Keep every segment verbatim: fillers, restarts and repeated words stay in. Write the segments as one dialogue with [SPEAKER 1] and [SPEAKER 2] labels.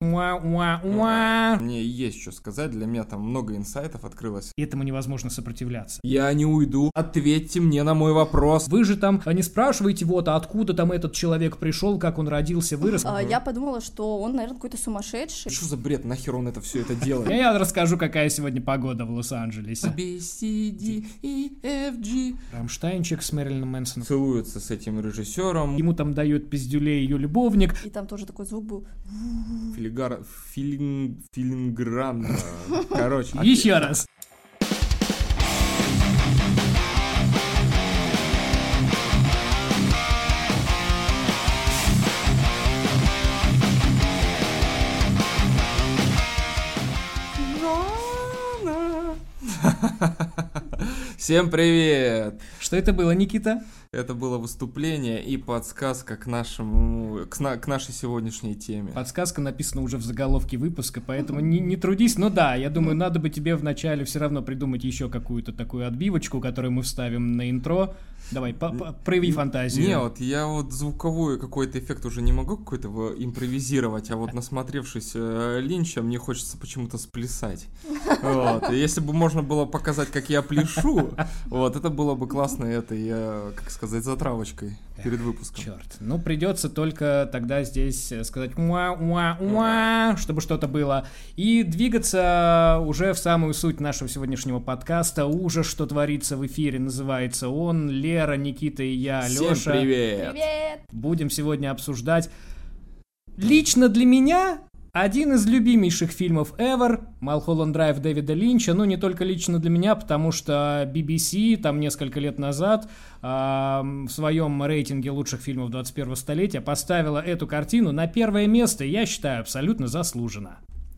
[SPEAKER 1] Уа-уа-уа.
[SPEAKER 2] Мне есть что сказать, для меня там много инсайтов открылось.
[SPEAKER 1] Этому невозможно сопротивляться.
[SPEAKER 2] Я не уйду, ответьте мне на мой вопрос.
[SPEAKER 1] Вы же там не спрашиваете, вот, а откуда там этот человек пришел, как он родился, вырос.
[SPEAKER 3] А, я подумала, что он, наверное, какой-то сумасшедший.
[SPEAKER 2] Что за бред, нахер он это все это делает?
[SPEAKER 1] Я расскажу, какая сегодня погода в Лос-Анджелесе.
[SPEAKER 2] B, C, D, E, F, G.
[SPEAKER 1] Рамштайнчик с Мэрилином Мэнсоном
[SPEAKER 2] Целуется с этим режиссером.
[SPEAKER 1] Ему там дает пиздюлей ее любовник.
[SPEAKER 3] И там тоже такой звук был.
[SPEAKER 2] Филигар... Филин... Филингранно. Короче.
[SPEAKER 1] Еще раз.
[SPEAKER 2] Всем привет!
[SPEAKER 1] Что это было, Никита?
[SPEAKER 2] Это было выступление и подсказка к нашему, к, на, к нашей сегодняшней теме.
[SPEAKER 1] Подсказка написана уже в заголовке выпуска, поэтому не, не трудись. Но да, я думаю, надо бы тебе вначале все равно придумать еще какую-то такую отбивочку, которую мы вставим на интро. Давай, по- по- прояви фантазию.
[SPEAKER 2] Не, вот я вот звуковой какой-то эффект уже не могу какой-то импровизировать, а вот насмотревшись э, Линча, мне хочется почему-то сплясать. Вот. И если бы можно было показать, как я пляшу, вот, это было бы классно, это я, как сказать, затравочкой перед выпуском.
[SPEAKER 1] Черт, ну придется только тогда здесь сказать уа-уа-уа, чтобы что-то было, и двигаться уже в самую суть нашего сегодняшнего подкаста. Ужас, что творится в эфире, называется он. Лера, Никита и я, Леша.
[SPEAKER 2] Всем привет!
[SPEAKER 3] Привет!
[SPEAKER 1] Будем сегодня обсуждать лично для меня один из любимейших фильмов ever, Малхолланд Драйв Дэвида Линча. Ну, не только лично для меня, потому что би би си там несколько лет назад э, в своем рейтинге лучших фильмов двадцать первого столетия поставила эту картину на первое место, и я считаю, абсолютно заслуженно.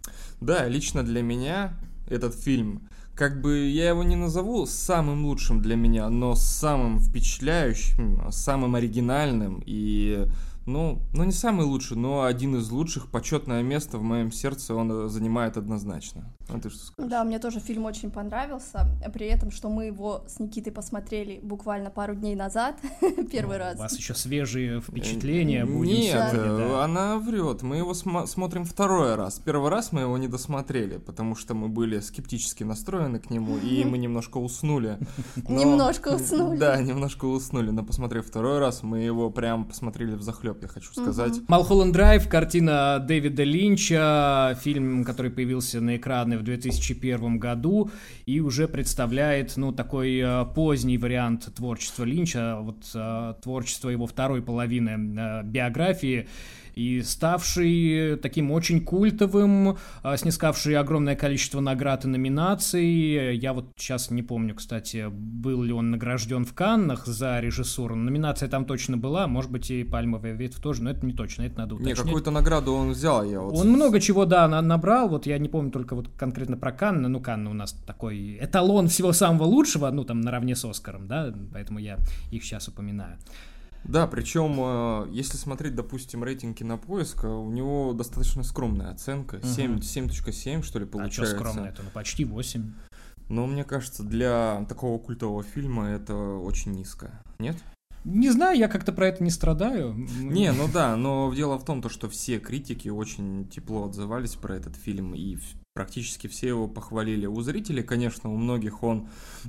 [SPEAKER 2] Да, лично для меня этот фильм, как бы я его не назову самым лучшим для меня, но самым впечатляющим, самым оригинальным и... Ну, ну, не самый лучший, но один из лучших. Почетное место в моем сердце он занимает однозначно. А ты что скажешь?
[SPEAKER 3] Да, мне тоже фильм очень понравился. При этом, что мы его с Никитой посмотрели буквально пару дней назад, первый раз.
[SPEAKER 1] У вас еще свежие впечатления. Будем
[SPEAKER 2] Нет,
[SPEAKER 1] сегодня, да.
[SPEAKER 2] она врет. Мы его см- смотрим второй раз. Первый раз мы его не досмотрели, потому что мы были скептически настроены к нему, и мы немножко уснули. Но-
[SPEAKER 3] Немножко уснули.
[SPEAKER 2] Да, немножко уснули, но посмотрев второй раз, мы его прям посмотрели взахлеб, я хочу сказать.
[SPEAKER 1] Малхолланд Драйв, картина Дэвида Линча, фильм, который появился на экраны в две тысячи первом году и уже представляет, ну, такой э, поздний вариант творчества Линча, вот э, творчество его второй половины э, биографии, и ставший таким очень культовым, э, снискавший огромное количество наград и номинаций. Я вот сейчас не помню, кстати, был ли он награжден в Каннах за режиссуру. Номинация там точно была, может быть, и «Пальмовая ветвь» тоже, но это не точно, это надо уточнить.
[SPEAKER 2] Не, какую-то награду он взял, я вот...
[SPEAKER 1] Он много чего, да, на- набрал, вот я не помню только вот конкретно про Канны, ну, Канны у нас такой эталон всего самого лучшего, ну, там, наравне с Оскаром, да, поэтому я их сейчас упоминаю.
[SPEAKER 2] Да, причем, если смотреть, допустим, рейтинг Кинопоиска, у него достаточно скромная оценка, семь, семь целых семь, что ли,
[SPEAKER 1] А
[SPEAKER 2] получается.
[SPEAKER 1] что скромно это? Ну, почти восемь.
[SPEAKER 2] Но мне кажется, для такого культового фильма это очень низко, нет?
[SPEAKER 1] Не знаю, я как-то про это не страдаю.
[SPEAKER 2] Не, ну да, но дело в том, то, что все критики очень тепло отзывались про этот фильм, и практически все его похвалили. У зрителей, конечно, у многих он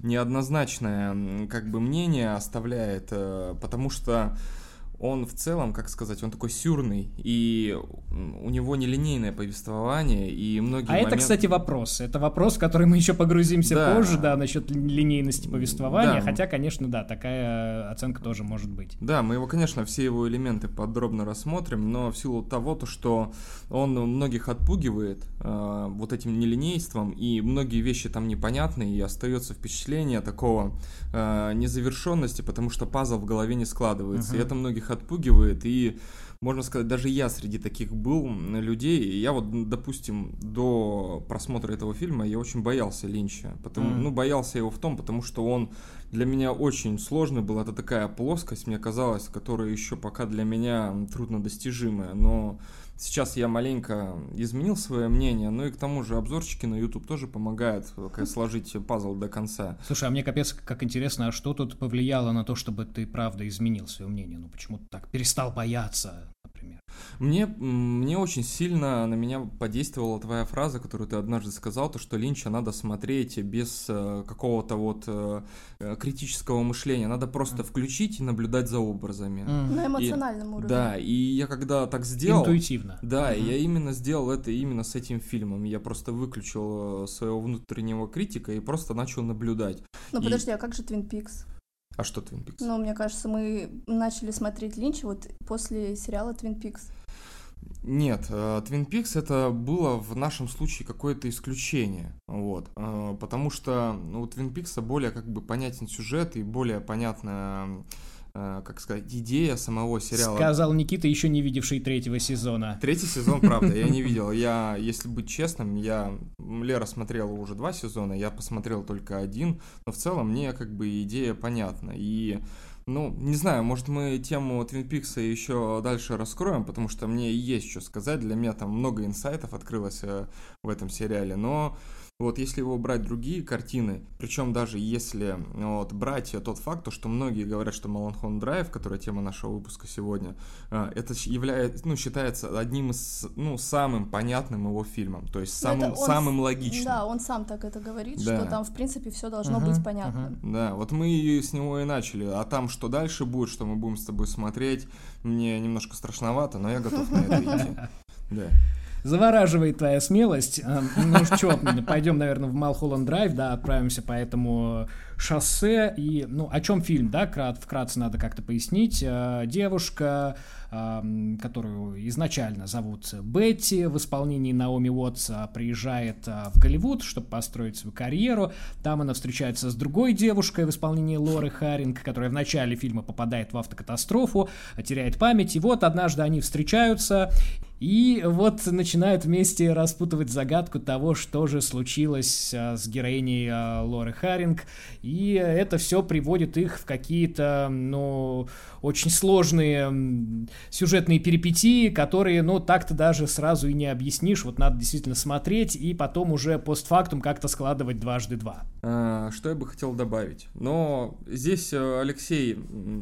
[SPEAKER 2] неоднозначное как бы мнение оставляет, потому что он в целом, как сказать, он такой сюрный, и у него нелинейное повествование, и многие
[SPEAKER 1] А
[SPEAKER 2] моменты...
[SPEAKER 1] это, кстати, вопрос. Это вопрос, в который мы еще погрузимся
[SPEAKER 2] Да.
[SPEAKER 1] позже, да, насчет линейности повествования.
[SPEAKER 2] Да.
[SPEAKER 1] Хотя, конечно, да, такая оценка тоже может быть.
[SPEAKER 2] Да, мы его, конечно, все его элементы подробно рассмотрим, но в силу того, то, что он многих отпугивает э, вот этим нелинейством, и многие вещи там непонятны, и остается впечатление такого э, незавершенности, потому что пазл в голове не складывается,
[SPEAKER 1] Uh-huh.
[SPEAKER 2] и это многих отпугивает, и можно сказать, даже я среди таких был людей, и я вот, допустим, до просмотра этого фильма я очень боялся Линча, потому,
[SPEAKER 1] Mm.
[SPEAKER 2] ну, боялся его в том, потому что он для меня очень сложный был, это такая плоскость, мне казалось, которая еще пока для меня труднодостижимая, но сейчас я маленько изменил свое мнение, ну и к тому же обзорчики на YouTube тоже помогают сложить пазл до конца.
[SPEAKER 1] Слушай, а мне капец как интересно, а что тут повлияло на то, чтобы ты правда изменил свое мнение? Ну почему ты так перестал бояться, например? например?
[SPEAKER 2] Мне, мне очень сильно на меня подействовала твоя фраза, которую ты однажды сказал, то, что Линча надо смотреть без э, какого-то вот э, критического мышления, надо просто mm. включить и наблюдать за образами.
[SPEAKER 3] Mm. На эмоциональном
[SPEAKER 2] и,
[SPEAKER 3] уровне.
[SPEAKER 2] Да, и я когда так сделал...
[SPEAKER 1] Интуитивно.
[SPEAKER 2] Да,
[SPEAKER 1] mm-hmm.
[SPEAKER 2] я именно сделал это именно с этим фильмом. Я просто выключил своего внутреннего критика и просто начал наблюдать.
[SPEAKER 3] Ну
[SPEAKER 2] и...
[SPEAKER 3] подожди, а как же Twin Peaks?
[SPEAKER 2] А что Twin Peaks?
[SPEAKER 3] Ну, мне кажется, мы начали смотреть Линча вот после сериала Twin Peaks.
[SPEAKER 2] Нет, Twin Peaks это было в нашем случае какое-то исключение, вот, потому что ну, у Twin Peaks более как бы понятен сюжет и более понятная, как сказать, идея самого сериала.
[SPEAKER 1] Сказал Никита, еще не видевший третьего сезона.
[SPEAKER 2] Третий сезон, правда, я не видел. Я, если быть честным, я Лера смотрела уже два сезона, я посмотрел только один, но в целом мне как бы идея понятна. И ну, не знаю, может мы тему Twin Peaks еще дальше раскроем, потому что мне есть что сказать, для меня там много инсайтов открылось в этом сериале, но вот если его брать другие картины, причем даже если вот, брать тот факт, что многие говорят, что Малхолланд Драйв, которая тема нашего выпуска сегодня, это является, ну, считается одним из, ну, самым понятным его фильмом, то есть самым, он, самым логичным.
[SPEAKER 3] Да, он сам так это говорит, да. Что там, в принципе, все должно uh-huh, быть понятно.
[SPEAKER 2] Uh-huh. Да, вот мы с него и начали, а там, что дальше будет, что мы будем с тобой смотреть, мне немножко страшновато, но я готов на это идти. Да.
[SPEAKER 1] Завораживает твоя смелость. Ну что, пойдем, наверное, в Малхолланд Драйв, да, отправимся по этому шоссе. И, ну, о чем фильм, да, вкратце надо как-то пояснить. Девушка, которую изначально зовут Бетти, в исполнении Наоми Уотс, приезжает в Голливуд, чтобы построить свою карьеру. Там она встречается с другой девушкой в исполнении Лоры Харринг, которая в начале фильма попадает в автокатастрофу, теряет память. И вот однажды они встречаются и вот начинают вместе распутывать загадку того, что же случилось с героиней Лоры Харринг. И это все приводит их в какие-то, ну, очень сложные сюжетные перипетии, которые, ну, так-то даже сразу и не объяснишь. Вот надо действительно смотреть и потом уже постфактум как-то складывать дважды два.
[SPEAKER 2] А, что я бы хотел добавить? Но здесь Алексей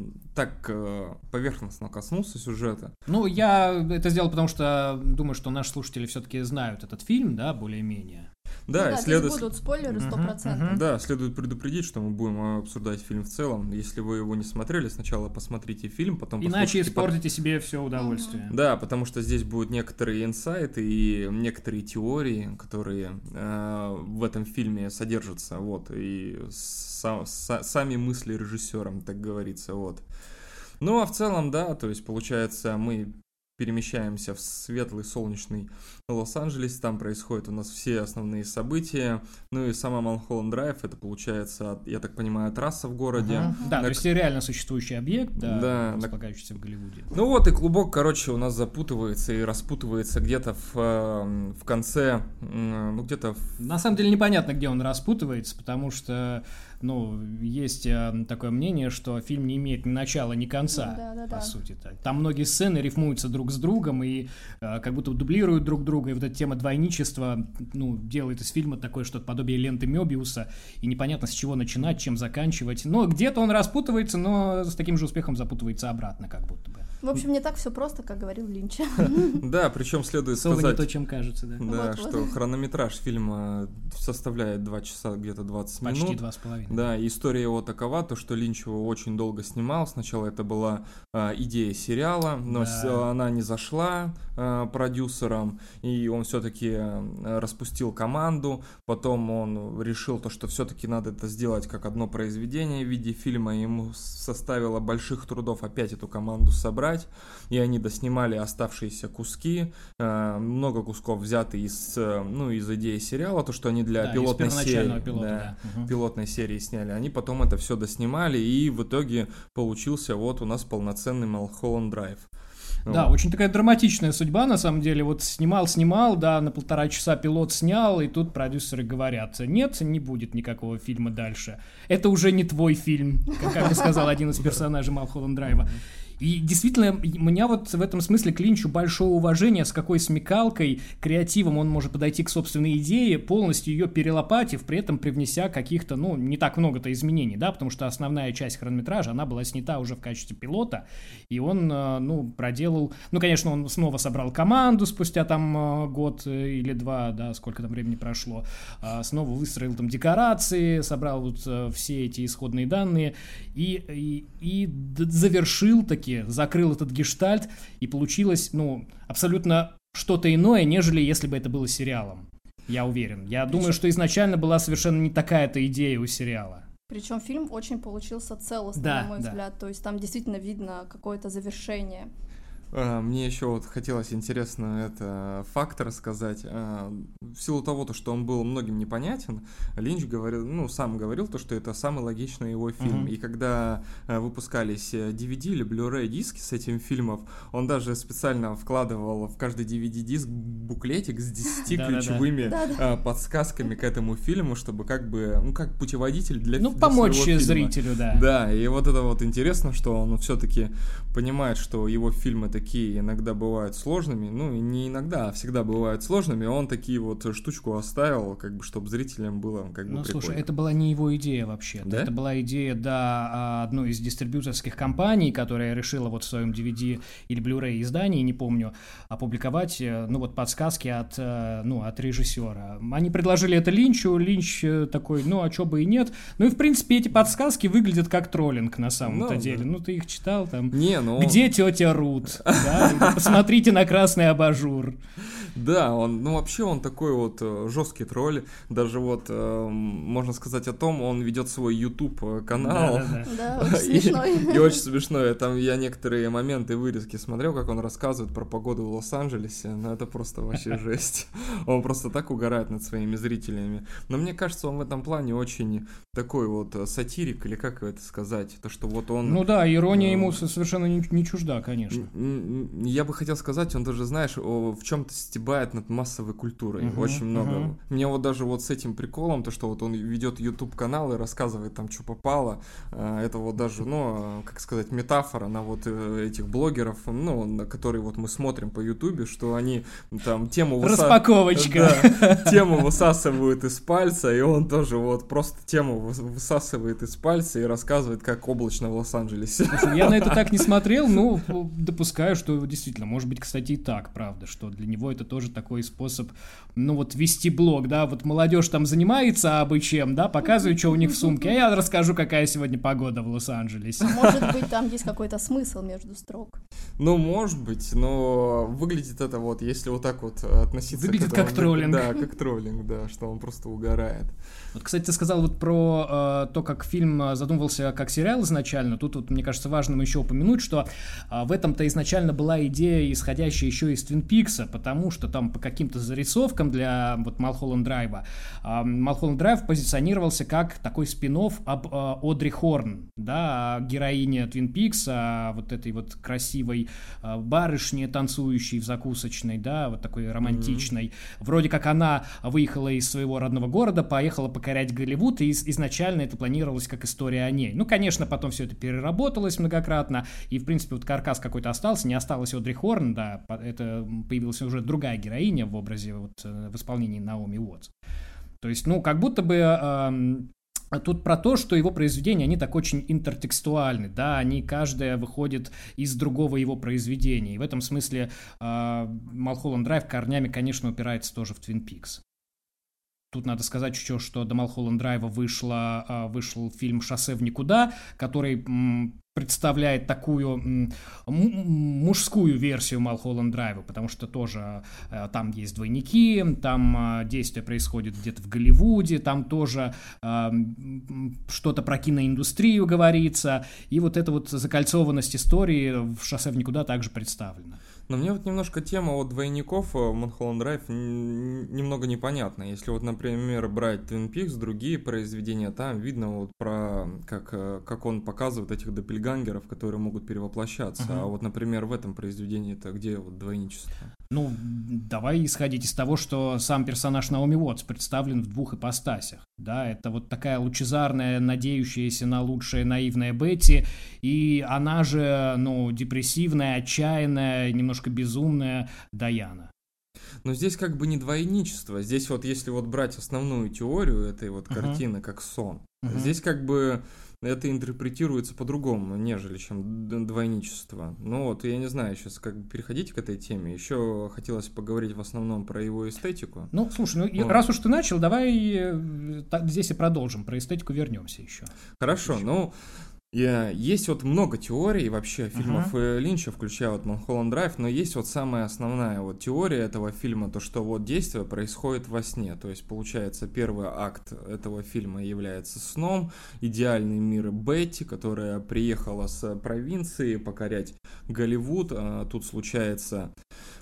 [SPEAKER 2] так поверхностно коснулся сюжета.
[SPEAKER 1] Ну, я это сделал, потому что думаю, что наши слушатели все-таки знают этот фильм, да, более-менее.
[SPEAKER 2] Да,
[SPEAKER 3] ну, да,
[SPEAKER 2] следует...
[SPEAKER 3] будут спойлеры сто процентов. Uh-huh, uh-huh.
[SPEAKER 2] Да, следует предупредить, что мы будем обсуждать фильм в целом. Если вы его не смотрели, сначала посмотрите фильм, потом
[SPEAKER 1] иначе испортите под... себе все удовольствие.
[SPEAKER 2] Uh-huh. Да, потому что здесь будут некоторые инсайты и некоторые теории, которые э, в этом фильме содержатся, вот, и сам, са, сами мысли режиссера, так говорится, вот. Ну, а в целом, да, то есть, получается, мы перемещаемся в светлый солнечный Лос-Анджелес, там происходят у нас все основные события, ну и сама Малхолланд Драйв, это получается, я так понимаю, трасса в городе.
[SPEAKER 1] Uh-huh. Да, на... то есть реально существующий объект, да,
[SPEAKER 2] да,
[SPEAKER 1] располагающийся на... в Голливуде.
[SPEAKER 2] Ну вот и клубок, короче, у нас запутывается и распутывается где-то в, в конце, ну где-то... В...
[SPEAKER 1] На самом деле непонятно, где он распутывается, потому что, ну, есть такое мнение, что фильм не имеет ни начала, ни конца,
[SPEAKER 3] да, да,
[SPEAKER 1] по
[SPEAKER 3] да.
[SPEAKER 1] сути. Так. Там многие сцены рифмуются друг с другом и э, как будто дублируют друг друга, и вот эта тема двойничества, ну, делает из фильма такое что-то подобие ленты Мёбиуса, и непонятно, с чего начинать, чем заканчивать. Но где-то он распутывается, но с таким же успехом запутывается обратно, как будто бы.
[SPEAKER 3] В общем, не так все просто, как говорил Линч.
[SPEAKER 2] Да, причем следует
[SPEAKER 1] сказать...
[SPEAKER 2] сказать...
[SPEAKER 1] не то, чем кажется, да.
[SPEAKER 2] Да, что хронометраж фильма составляет два часа, где-то двадцать минут.
[SPEAKER 1] Почти два с половиной.
[SPEAKER 2] Да, история его такова, то, что Линч его очень долго снимал. Сначала это была а, идея сериала, но да. она не зашла а, продюсерам, и он все-таки а, распустил команду. Потом он решил, то, что все-таки надо это сделать как одно произведение в виде фильма. Ему составило больших трудов опять эту команду собрать, и они доснимали оставшиеся куски. А, много кусков взяты из, ну, из идеи сериала, то, что они для
[SPEAKER 1] да,
[SPEAKER 2] пилотной серии,
[SPEAKER 1] пилота,
[SPEAKER 2] да,
[SPEAKER 1] да. Угу.
[SPEAKER 2] пилотной серии сняли. Они потом это все доснимали, и в итоге получился вот у нас полноценный Малхолланд Драйв.
[SPEAKER 1] Да, вот. Очень такая драматичная судьба, на самом деле. Вот снимал-снимал, да, на полтора часа пилот снял, и тут продюсеры говорят: нет, не будет никакого фильма дальше. Это уже не твой фильм, как, как бы сказал один из персонажей Малхолланд Драйва. И действительно, у меня вот в этом смысле к Линчу большое уважение, с какой смекалкой, креативом он может подойти к собственной идее, полностью ее перелопатив, при этом привнеся каких-то, ну, не так много-то изменений, да, потому что основная часть хронометража, она была снята уже в качестве пилота, и он, ну, проделал, ну, конечно, он снова собрал команду спустя там год или два, да, сколько там времени прошло, снова выстроил там декорации, собрал вот все эти исходные данные и, и, и завершил таки, закрыл этот гештальт, и получилось, ну, абсолютно что-то иное, нежели если бы это было сериалом. Я уверен. Я Причем... думаю, что изначально была совершенно не такая-то идея у сериала.
[SPEAKER 3] Причем фильм очень получился целостным,
[SPEAKER 1] да,
[SPEAKER 3] на мой
[SPEAKER 1] да.
[SPEAKER 3] взгляд. То есть там действительно видно какое-то завершение.
[SPEAKER 2] Мне еще вот хотелось интересно это факт рассказать. В силу того, что он был многим непонятен, Линч говорил, ну, сам говорил, то, что это самый логичный его фильм. Mm-hmm. И когда выпускались ди ви ди или Blu-ray диски с этим фильмом, он даже специально вкладывал в каждый ди ви ди-диск буклетик с десятью ключевыми подсказками к этому фильму, чтобы как бы, ну, как путеводитель для
[SPEAKER 1] Ну,
[SPEAKER 2] для
[SPEAKER 1] помочь
[SPEAKER 2] своего
[SPEAKER 1] зрителю, да.
[SPEAKER 2] Да, и вот это вот интересно, что он все-таки понимает, что его фильмы такие иногда бывают сложными, ну, и не иногда, а всегда бывают сложными, он такие вот штучку оставил, как бы, чтобы зрителям было как бы
[SPEAKER 1] ну,
[SPEAKER 2] прикольно.
[SPEAKER 1] Слушай, это была не его идея вообще.
[SPEAKER 2] Да?
[SPEAKER 1] Это была идея, да, одной из дистрибьюторских компаний, которая решила вот в своем ди ви ди или Blu-ray издании, не помню, опубликовать, ну, вот подсказки от, ну, от режиссера. Они предложили это Линчу, Линч такой, ну, а чё бы и нет. Ну, и, в принципе, эти подсказки выглядят как троллинг на самом-то
[SPEAKER 2] ну,
[SPEAKER 1] деле.
[SPEAKER 2] Да.
[SPEAKER 1] Ну, ты их читал там.
[SPEAKER 2] Не, ну...
[SPEAKER 1] Где тетя Рут? Да? Посмотрите на красный абажур.
[SPEAKER 2] Да, он, ну вообще он такой вот жесткий тролль, даже вот э, можно сказать о том, он ведет свой YouTube канал.
[SPEAKER 3] Да, да, да. Да, очень смешной.
[SPEAKER 2] И, и очень смешной. Там я некоторые моменты, вырезки смотрел, как он рассказывает про погоду в Лос-Анджелесе, ну это просто вообще жесть. Он просто так угорает над своими зрителями. Но мне кажется, он в этом плане очень такой вот сатирик, или как это сказать, то что вот он...
[SPEAKER 1] Ну да, ирония э, ему совершенно не, не чужда, конечно.
[SPEAKER 2] Я бы хотел сказать, он даже, знаешь, в чем-то стебает над массовой культурой, uh-huh, очень много. Uh-huh. Мне вот даже вот с этим приколом, то, что вот он ведет YouTube-канал и рассказывает там, что попало, это вот даже, ну, как сказать, метафора на вот этих блогеров, ну, на которые вот мы смотрим по YouTube, что они там тему...
[SPEAKER 1] Выса... Распаковочка.
[SPEAKER 2] Да, тему высасывают из пальца, и он тоже вот просто тему высасывает из пальца и рассказывает, как облачно в Лос-Анджелесе.
[SPEAKER 1] Слушай, я на это так не смотрел, но допускаю, что действительно, может быть, кстати, и так, правда, что для него это тоже такой способ, ну вот, вести блог, да, вот молодежь там занимается абы чем, да, показывает, что у них в сумке, а я расскажу, какая сегодня погода в Лос-Анджелесе.
[SPEAKER 3] Может быть, там есть какой-то смысл между строк.
[SPEAKER 2] Ну, может быть, но выглядит это вот, если вот так вот относиться
[SPEAKER 1] выглядит
[SPEAKER 2] к этому,
[SPEAKER 1] как троллинг.
[SPEAKER 2] Да, как троллинг, да, что он просто угорает.
[SPEAKER 1] Вот, кстати, ты сказал вот про э, то, как фильм задумывался как сериал изначально. Тут, вот, мне кажется, важным еще упомянуть, что э, в этом-то изначально была идея, исходящая еще из Твин Пикса, потому что там по каким-то зарисовкам для вот Малхолланд Драйва э, Малхолланд Драйв позиционировался как такой спин-офф об э, Одри Хорн, да, героине Твин Пикса, вот этой вот красивой э, барышне, танцующей в закусочной, да, вот такой романтичной. Mm-hmm. Вроде как она выехала из своего родного города, поехала покорять Голливуд, и изначально это планировалось как история о ней. Ну, конечно, потом все это переработалось многократно, и, в принципе, вот каркас какой-то остался, не осталось Одри Хорн, да, это появилась уже другая героиня в образе, вот, в исполнении Наоми Уотс. То есть, ну, как будто бы... Э, Тут про то, что его произведения, они так очень интертекстуальны, да, они каждое выходит из другого его произведения, и в этом смысле э, Малхолланд Драйв корнями, конечно, упирается тоже в Твин Пикс. Тут надо сказать еще, что до Малхолланд Драйва вышла, вышел фильм «Шоссе в никуда», который м, представляет такую м, мужскую версию Малхолланд Драйва, потому что тоже э, там есть двойники, там э, действие происходит где-то в Голливуде, там тоже э, что-то про киноиндустрию говорится, и вот эта вот закольцованность истории в «Шоссе в никуда» также представлена.
[SPEAKER 2] Но мне вот немножко тема вот двойников в Малхолланд Драйв немного непонятна. Если вот, например, брать Твин Пикс, другие произведения, там видно вот про, как, как он показывает этих доппельгангеров, которые могут перевоплощаться. Uh-huh. А вот, например, в этом произведении-то где вот двойничество?
[SPEAKER 1] Ну, давай исходить из того, что сам персонаж Наоми Уотс представлен в двух ипостасях. Да, это вот такая лучезарная, надеющаяся на лучшее наивная Бетти, и она же, ну, депрессивная, отчаянная, немножко безумная Даяна.
[SPEAKER 2] Но здесь как бы не двойничество. Здесь вот если вот брать основную теорию этой вот uh-huh. картины как сон, uh-huh. здесь как бы это интерпретируется по-другому, нежели чем двойничество. Ну вот, я не знаю, сейчас как бы переходить к этой теме. Еще хотелось поговорить в основном про его эстетику.
[SPEAKER 1] Ну, слушай, ну, вот. Раз уж ты начал, давай так, здесь и продолжим. Про эстетику вернемся еще.
[SPEAKER 2] Хорошо, еще. ну... Есть вот много теорий вообще фильмов uh-huh. Линча, включая вот «Малхолланд Драйв», но есть вот самая основная вот теория этого фильма, то, что вот действие происходит во сне. То есть, получается, первый акт этого фильма является сном, идеальный мир Бетти, которая приехала с провинции покорять Голливуд. Тут случается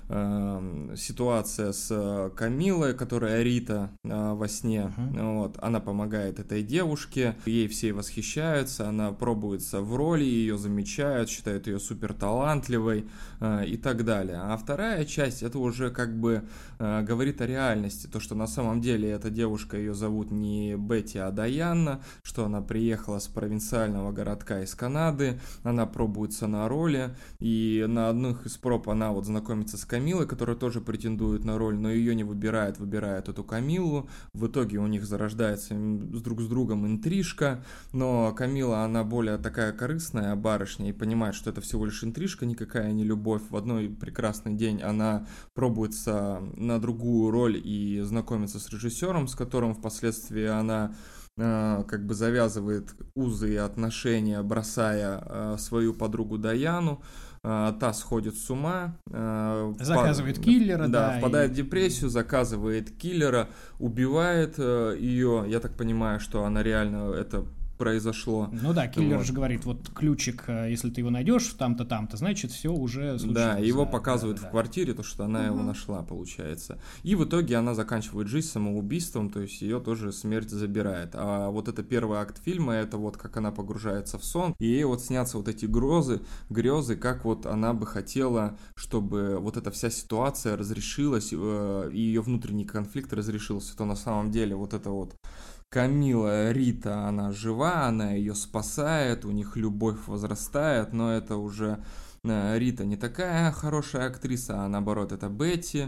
[SPEAKER 2] ситуация с Камилой, которая Рита во сне. Uh-huh. Вот, она помогает этой девушке, ей все восхищаются, она пробуется в роли, ее замечают, считают ее супер талантливой э, и так далее. А вторая часть, это уже как бы э, говорит о реальности, то, что на самом деле эта девушка, ее зовут не Бетти, а Даяна, что она приехала с провинциального городка из Канады, она пробуется на роли, и на одних из проб она вот знакомится с Камилой, которая тоже претендует на роль, но ее не выбирает, выбирает эту Камилу. В итоге у них зарождается с друг с другом интрижка, но Камила, она более такая корыстная барышня и понимает, что это всего лишь интрижка, никакая не любовь. В одной прекрасный день она пробуется на другую роль и знакомится с режиссером, с которым впоследствии она э, как бы завязывает узы и отношения, бросая э, свою подругу Даяну. Та сходит с ума,
[SPEAKER 1] заказывает впад... киллера,
[SPEAKER 2] да,
[SPEAKER 1] да,
[SPEAKER 2] впадает
[SPEAKER 1] и...
[SPEAKER 2] в депрессию, заказывает киллера, убивает ее. Я так понимаю, что она реально это произошло.
[SPEAKER 1] Ну да, киллер
[SPEAKER 2] вот.
[SPEAKER 1] же говорит, вот ключик, если ты его найдешь там-то, там-то, значит, все уже случилось.
[SPEAKER 2] Да, его
[SPEAKER 1] да,
[SPEAKER 2] показывают
[SPEAKER 1] да,
[SPEAKER 2] в
[SPEAKER 1] да.
[SPEAKER 2] квартире, то, что она угу. его нашла, получается. И в итоге она заканчивает жизнь самоубийством, то есть ее тоже смерть забирает. А вот это первый акт фильма, это вот как она погружается в сон, и ей вот снятся вот эти грозы, грезы, как вот она бы хотела, чтобы вот эта вся ситуация разрешилась, э, и ее внутренний конфликт разрешился. То на самом деле вот это вот Камила, Рита, она жива, она ее спасает, у них любовь возрастает, но это уже Рита не такая хорошая актриса, а наоборот это Бетти,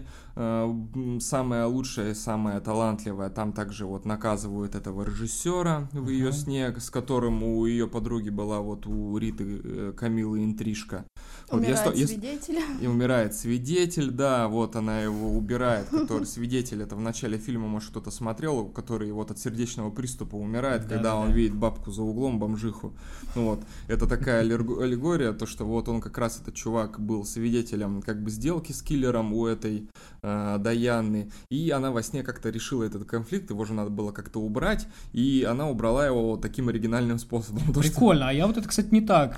[SPEAKER 2] самая лучшая и самая талантливая. Там также вот наказывают этого режиссера в ее uh-huh. сне, с которым у ее подруги была вот у Риты Камилы интрижка.
[SPEAKER 3] Умирает
[SPEAKER 2] вот я,
[SPEAKER 3] свидетель.
[SPEAKER 2] И умирает свидетель, да, вот она его убирает, который свидетель, это в начале фильма, может, кто-то смотрел, который вот от сердечного приступа умирает, да, когда да, он да. видит бабку за углом, бомжиху. Вот. Это такая аллегория, то, что вот он как раз, этот чувак, был свидетелем как бы сделки с киллером у этой э, Даяны, и она во сне как-то решила этот конфликт, его же надо было как-то убрать, и она убрала его вот таким оригинальным способом.
[SPEAKER 1] Прикольно, что... а я вот это, кстати, не так.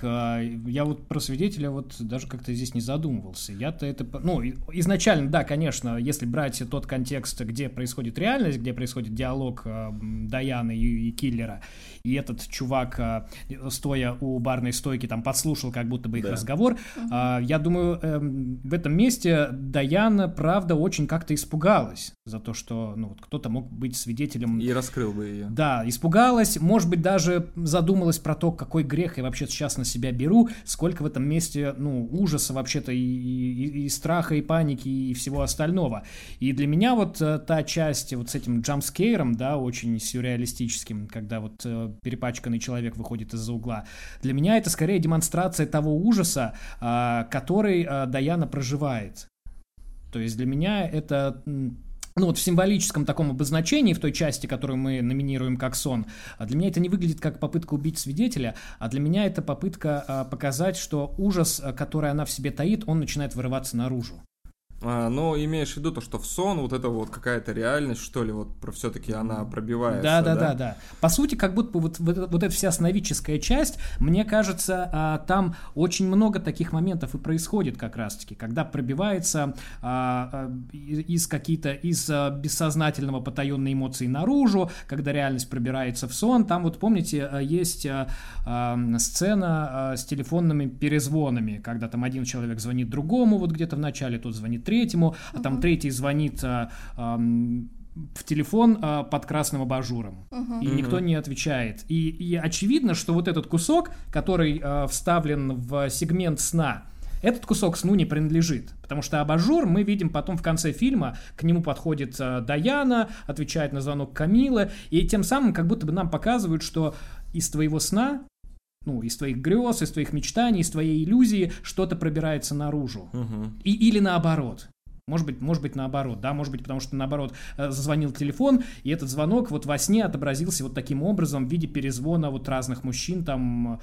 [SPEAKER 1] Я вот про свидетеля вот даже как-то здесь не задумывался. Я-то это... Ну, изначально, да, конечно, если брать тот контекст, где происходит реальность, где происходит диалог э, Даяны и, и киллера, и этот чувак, э, стоя у барной стойки, там подслушал как будто бы их да. разговор, uh-huh. э, я думаю, э, в этом месте Даяна, правда, очень как-то испугалась за то, что ну, вот кто-то мог быть свидетелем.
[SPEAKER 2] И раскрыл бы ее.
[SPEAKER 1] Да, испугалась, может быть, даже задумалась про то, какой грех я вообще сейчас на себя беру, сколько в этом месте, ну, ужаса вообще-то и, и, и страха, и паники, и всего остального. И для меня вот э, та часть вот с этим джампскейром, да, очень сюрреалистическим, когда вот э, перепачканный человек выходит из-за угла, для меня это скорее демонстрация того ужаса, э, который э, Даяна проживает. То есть для меня это... Ну вот в символическом таком обозначении, в той части, которую мы номинируем как сон, для меня это не выглядит как попытка убить свидетеля, а для меня это попытка а, показать, что ужас, который она в себе таит, он начинает вырываться наружу.
[SPEAKER 2] А, но имеешь в виду то, что в сон вот это вот какая-то реальность, что ли, вот про все-таки она пробивается, да?
[SPEAKER 1] Да, да, да, да. По сути, как будто вот, вот, вот эта вся сновидческая часть, мне кажется, а, там очень много таких моментов и происходит как раз-таки, когда пробивается а, а, из какие-то, из а, бессознательного потаенной эмоции наружу, когда реальность пробирается в сон. Там вот, помните, есть а, а, сцена а, с телефонными перезвонами, когда там один человек звонит другому, вот где-то в начале, тот звонит третьему, а там uh-huh. третий звонит а, а, в телефон а, под красным абажуром, uh-huh. и uh-huh. никто не отвечает. И, и очевидно, что вот этот кусок, который а, вставлен в сегмент сна, этот кусок сну не принадлежит, потому что абажур мы видим потом в конце фильма, к нему подходит а, Даяна, отвечает на звонок Камилы, и тем самым как будто бы нам показывают, что из твоего сна, ну, из твоих грез, из твоих мечтаний, из твоей иллюзии что-то пробирается наружу. Uh-huh. И, или наоборот. Может быть, может быть, наоборот, да, может быть, потому что, наоборот, зазвонил телефон, и этот звонок вот во сне отобразился вот таким образом в виде перезвона вот разных мужчин там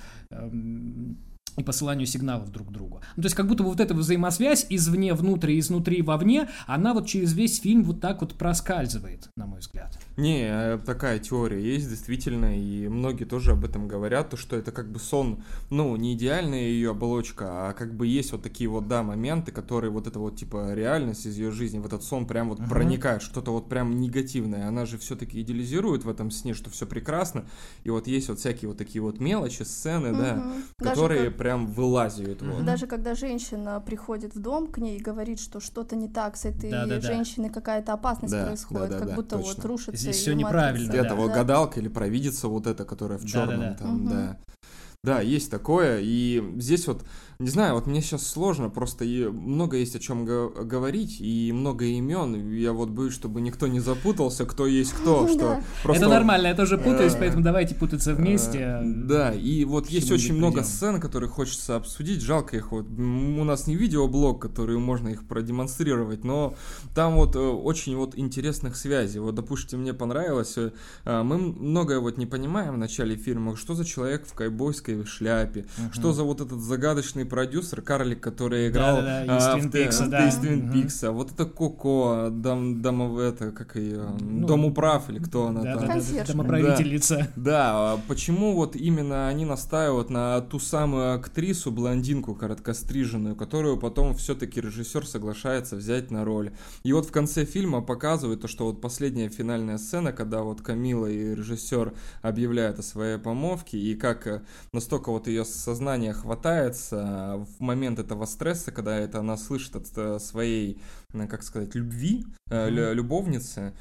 [SPEAKER 1] эм, и посыланию сигналов друг другу. Ну, то есть, как будто бы вот эта взаимосвязь извне внутрь, изнутри вовне, она вот через весь фильм вот так вот проскальзывает, на мой взгляд.
[SPEAKER 2] Не, такая теория есть, действительно, и многие тоже об этом говорят, то, что это как бы сон, ну, не идеальная ее оболочка, а как бы есть вот такие вот, да, моменты, которые вот это вот, типа, реальность из ее жизни, в этот сон прям вот uh-huh. проникает, что-то вот прям негативное, она же все-таки идеализирует в этом сне, что все прекрасно, и вот есть вот всякие вот такие вот мелочи, сцены, uh-huh. да, которые как... прям вылазят.
[SPEAKER 3] Uh-huh.
[SPEAKER 2] Вот.
[SPEAKER 3] Даже когда женщина приходит в дом к ней и говорит, что что-то не так с этой да, да, женщиной, да. какая-то опасность
[SPEAKER 2] да,
[SPEAKER 3] происходит,
[SPEAKER 2] да, да,
[SPEAKER 3] как
[SPEAKER 2] да,
[SPEAKER 3] будто
[SPEAKER 2] точно.
[SPEAKER 3] вот рушится.
[SPEAKER 1] Здесь все неправильно.
[SPEAKER 2] Где-то
[SPEAKER 1] да.
[SPEAKER 2] вот
[SPEAKER 3] да.
[SPEAKER 2] гадалка или провидица вот эта, которая в черном
[SPEAKER 1] да, да, да.
[SPEAKER 2] там,
[SPEAKER 3] угу.
[SPEAKER 2] да. Да, есть такое, и здесь вот, не знаю, вот мне сейчас сложно, просто и много есть о чем го- говорить, и много имен, я вот боюсь, чтобы никто не запутался, кто есть кто, что просто...
[SPEAKER 1] Это нормально, я тоже путаюсь, поэтому давайте путаться вместе.
[SPEAKER 2] Да, и вот есть очень много сцен, которые хочется обсудить, жалко их, вот у нас не видеоблог, который можно их продемонстрировать, но там вот очень вот интересных связей, вот, допустим, мне понравилось, мы многое вот не понимаем в начале фильма, что за человек в кайбойской шляпе, uh-huh. что за вот этот загадочный продюсер, карлик, который играл
[SPEAKER 1] да, да, да, а,
[SPEAKER 2] в
[SPEAKER 1] Пикса, да.
[SPEAKER 2] Твин Пикса, вот это Коко, дом, дом, это, как ее, ну, дом управ или кто она
[SPEAKER 1] да,
[SPEAKER 2] там.
[SPEAKER 1] Да, да, домоправительница.
[SPEAKER 2] Да, да, почему вот именно они настаивают на ту самую актрису, блондинку короткостриженную, которую потом все-таки режиссер соглашается взять на роль. И вот в конце фильма показывают то, что вот последняя финальная сцена, когда вот Камила и режиссер объявляют о своей помолвке, и как настолько вот ее сознание хватается в момент этого стресса, когда это она слышит от своей, как сказать, любви, mm-hmm. любовницы,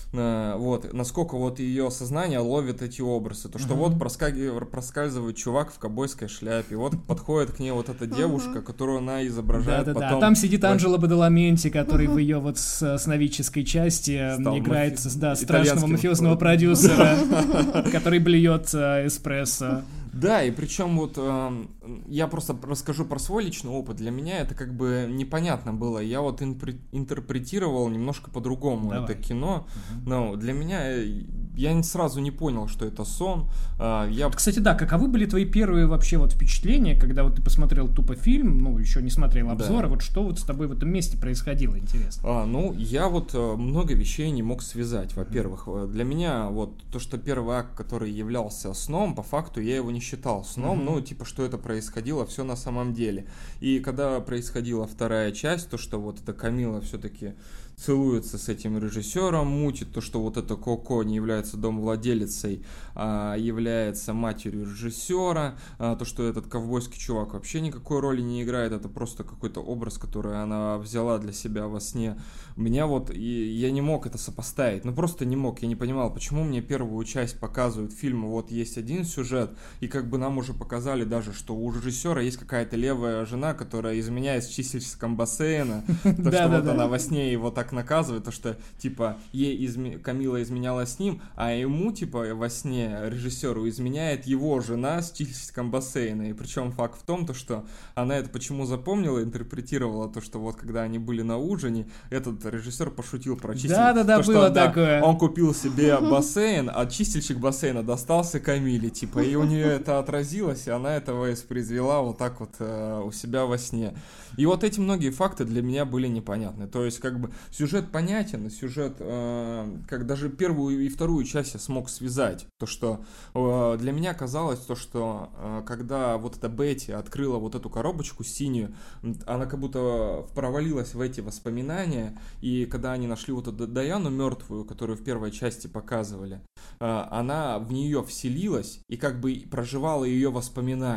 [SPEAKER 2] вот, насколько вот ее сознание ловит эти образы, то, что uh-huh. вот проскальзывает, проскальзывает чувак в ковбойской шляпе, вот подходит к ней вот эта девушка, uh-huh. которую она изображает
[SPEAKER 1] да, да,
[SPEAKER 2] потом...
[SPEAKER 1] Да, там сидит Анджело Бадаламенти, который uh-huh. в ее вот сновидческой части Стал играет мафи... да, страшного мафиозного продюсера, который блюет эспрессо.
[SPEAKER 2] Да, и причем вот э, я просто расскажу про свой личный опыт. Для меня это как бы непонятно было. Я вот инпre- интерпретировал немножко по-другому Давай. это кино. Угу. Но для меня я сразу не понял, что это сон. Э, я...
[SPEAKER 1] Кстати, да, каковы были твои первые вообще вот впечатления, когда вот ты посмотрел тупо фильм, ну, еще не смотрел обзоры, да. вот что вот с тобой в этом месте происходило, интересно?
[SPEAKER 2] А, ну, я вот много вещей не мог связать. Во-первых, для меня вот то, что первый акт, который являлся сном, по факту я его не считал сном, mm-hmm. ну, типа, что это происходило все на самом деле. И когда происходила вторая часть, то, что вот эта Камила все-таки целуется с этим режиссером, мутит то, что вот эта Коко не является домовладелицей, а является матерью режиссера, а то, что этот ковбойский чувак вообще никакой роли не играет, это просто какой-то образ, который она взяла для себя во сне. Меня вот, и я не мог это сопоставить, ну просто не мог, я не понимал, почему мне первую часть показывают фильма, вот есть один сюжет, и как бы нам уже показали даже, что у режиссера есть какая-то левая жена, которая изменяет с чистильщиком бассейна, то, что вот она во сне его так наказывает, то, что, типа, ей изме... Камила изменяла с ним, а ему, типа, во сне режиссеру изменяет его жена с чистильщиком бассейна, и причем факт в том, то, что она это почему запомнила, интерпретировала то, что вот когда они были на ужине, этот режиссер пошутил про чистильщик.
[SPEAKER 1] Да-да-да,
[SPEAKER 2] то,
[SPEAKER 1] было
[SPEAKER 2] что, да,
[SPEAKER 1] такое.
[SPEAKER 2] Он купил себе бассейн, а чистильщик бассейна достался Камиле, типа, и у нее это отразилось, и она этого воспроизвела вот так вот э, у себя во сне. И вот эти многие факты для меня были непонятны. То есть, как бы, сюжет понятен, сюжет, э, как даже первую и вторую часть я смог связать. То, что э, для меня казалось, то, что э, когда вот эта Бетти открыла вот эту коробочку синюю, она как будто провалилась в эти воспоминания, и когда они нашли вот эту Даяну мертвую, которую в первой части показывали, э, она в нее вселилась и как бы проживала ее воспоминания.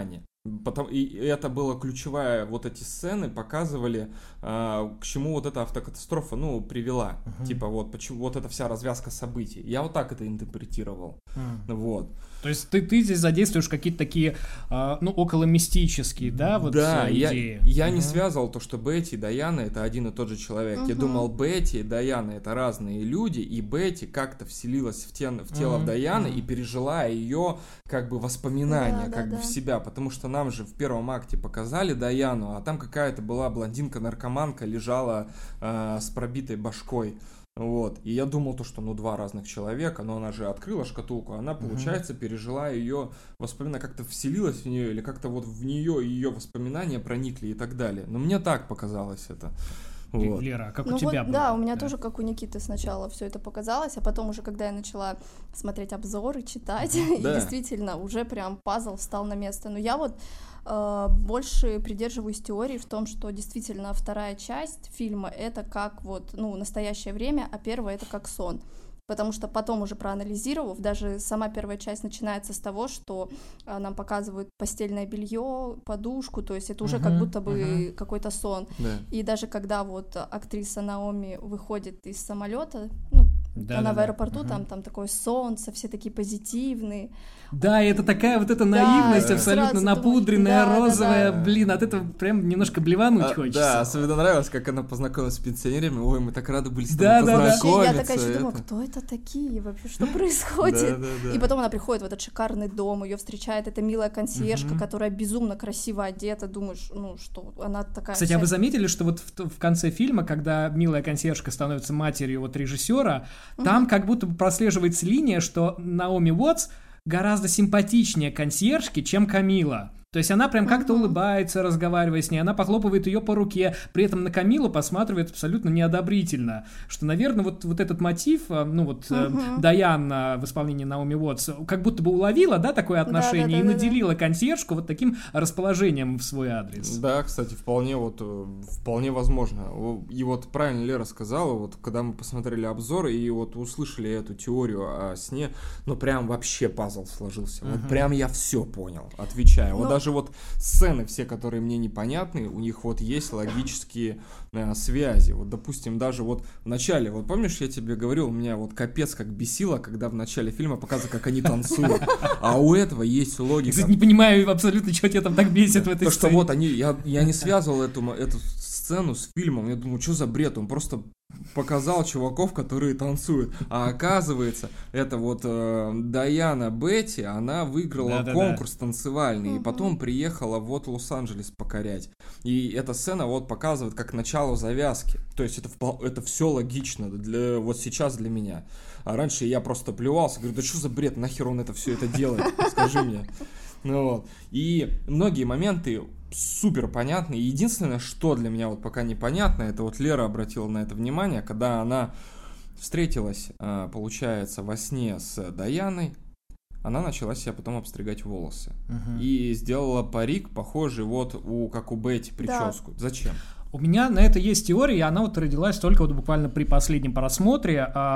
[SPEAKER 2] Потом, и это была ключевая, вот эти сцены показывали, а, к чему вот эта автокатастрофа, ну, привела. Uh-huh. Типа вот, почему, вот эта вся развязка событий. Я вот так это интерпретировал. Uh-huh. Вот.
[SPEAKER 1] То есть ты, ты здесь задействуешь какие-то такие, а, ну, около мистические, да, вот
[SPEAKER 2] да,
[SPEAKER 1] идеи?
[SPEAKER 2] Я, я
[SPEAKER 1] uh-huh.
[SPEAKER 2] не связывал то, что Бетти и Даяна это один и тот же человек. Uh-huh. Я думал, Бетти и Даяна это разные люди, и Бетти как-то вселилась в, те, в тело uh-huh. Даяны uh-huh. и пережила ее как бы воспоминания, да, как да, бы да. в себя, потому что нам же в первом акте показали Даяну, а там какая-то была блондинка-наркоманка, лежала э, с пробитой башкой. Вот. И я думал, то, что ну два разных человека, но она же открыла шкатулку, она, получается, mm-hmm. пережила ее воспоминания, как-то вселилась в нее, или как-то вот в нее ее воспоминания проникли и так далее. Но мне так показалось это.
[SPEAKER 1] Вот. Лера, а как
[SPEAKER 3] ну
[SPEAKER 1] у тебя
[SPEAKER 3] вот,
[SPEAKER 1] было?
[SPEAKER 3] Да, у меня
[SPEAKER 1] да.
[SPEAKER 3] тоже, как у Никиты, сначала все это показалось, а потом уже, когда я начала смотреть обзоры, читать,
[SPEAKER 2] да.
[SPEAKER 3] и действительно уже прям пазл встал на место. Но я вот э, больше придерживаюсь теории в том, что действительно вторая часть фильма — это как вот, ну, настоящее время, а первая — это как сон. Потому что потом уже проанализировав, даже сама первая часть начинается с того, что а, нам показывают постельное белье, подушку, то есть это уже uh-huh, как будто бы uh-huh. какой-то сон.
[SPEAKER 2] Да.
[SPEAKER 3] И даже когда вот актриса Наоми выходит из самолета, ну, да, она да, в аэропорту, да. там, там такое солнце, все такие позитивные.
[SPEAKER 1] Да, и это такая вот эта наивность, да, абсолютно напудренная, думаешь, да, розовая, да, да. блин, от этого прям немножко блевануть а, хочется.
[SPEAKER 2] Да, особенно нравилось, как она познакомилась с пенсионерами, ой, мы так рады были с тобой
[SPEAKER 1] да,
[SPEAKER 2] познакомиться.
[SPEAKER 3] Да, да. Я такая еще думаю, кто это такие вообще, что происходит? И потом она приходит в этот шикарный дом, ее встречает эта милая консьержка, которая безумно красиво одета, думаешь, ну что, она такая...
[SPEAKER 1] Кстати, а вы заметили, что вот в конце фильма, когда милая консьержка становится матерью вот режиссера, там как будто бы прослеживается линия, что Наоми Уотс гораздо симпатичнее консьержки, чем Камила. То есть она прям как-то uh-huh. улыбается, разговаривая с ней, она похлопывает ее по руке, при этом на Камилу посматривает абсолютно неодобрительно, что, наверное, вот, вот этот мотив, ну вот uh-huh. Даян в исполнении Наоми Уотс как будто бы уловила, да, такое отношение, да, да, да, и наделила да. консьержку вот таким расположением в свой адрес.
[SPEAKER 2] Да, кстати, вполне вот, вполне возможно. И вот правильно Лера сказала, вот когда мы посмотрели обзоры и вот услышали эту теорию о сне, ну прям вообще пазл сложился, uh-huh. вот прям я все понял, отвечаю. Вот даже вот сцены все, которые мне непонятны, у них вот есть логические э, связи. Вот, допустим, даже вот в начале, вот помнишь, я тебе говорил, у меня вот капец как бесило, когда в начале фильма показывают, как они танцуют. А у этого есть логика.
[SPEAKER 1] Кстати, не понимаю абсолютно, что тебя там так бесит в этой
[SPEAKER 2] То,
[SPEAKER 1] сцене.
[SPEAKER 2] что вот они, я, я не связывал эту, эту сцену с фильмом, я думаю, что за бред, он просто показал чуваков, которые танцуют, а оказывается, это вот э, Даяна Бетти, она выиграла да, конкурс да, да. танцевальный, угу. и потом приехала вот в Лос-Анджелес покорять, и эта сцена вот показывает как начало завязки, то есть это, это все логично для, вот сейчас для меня, а раньше я просто плевался, говорю, да что за бред, нахер он это все это делает, скажи мне. Ну, вот. И многие моменты супер понятны. Единственное, что для меня вот пока непонятно, это вот Лера обратила на это внимание, когда она встретилась, получается, во сне с Даяной, она начала себе потом обстригать волосы. Uh-huh. И сделала парик, похожий вот у, как у Бетти, прическу. Да. Зачем?
[SPEAKER 1] У меня на это есть теория, и она вот родилась только вот буквально при последнем просмотре.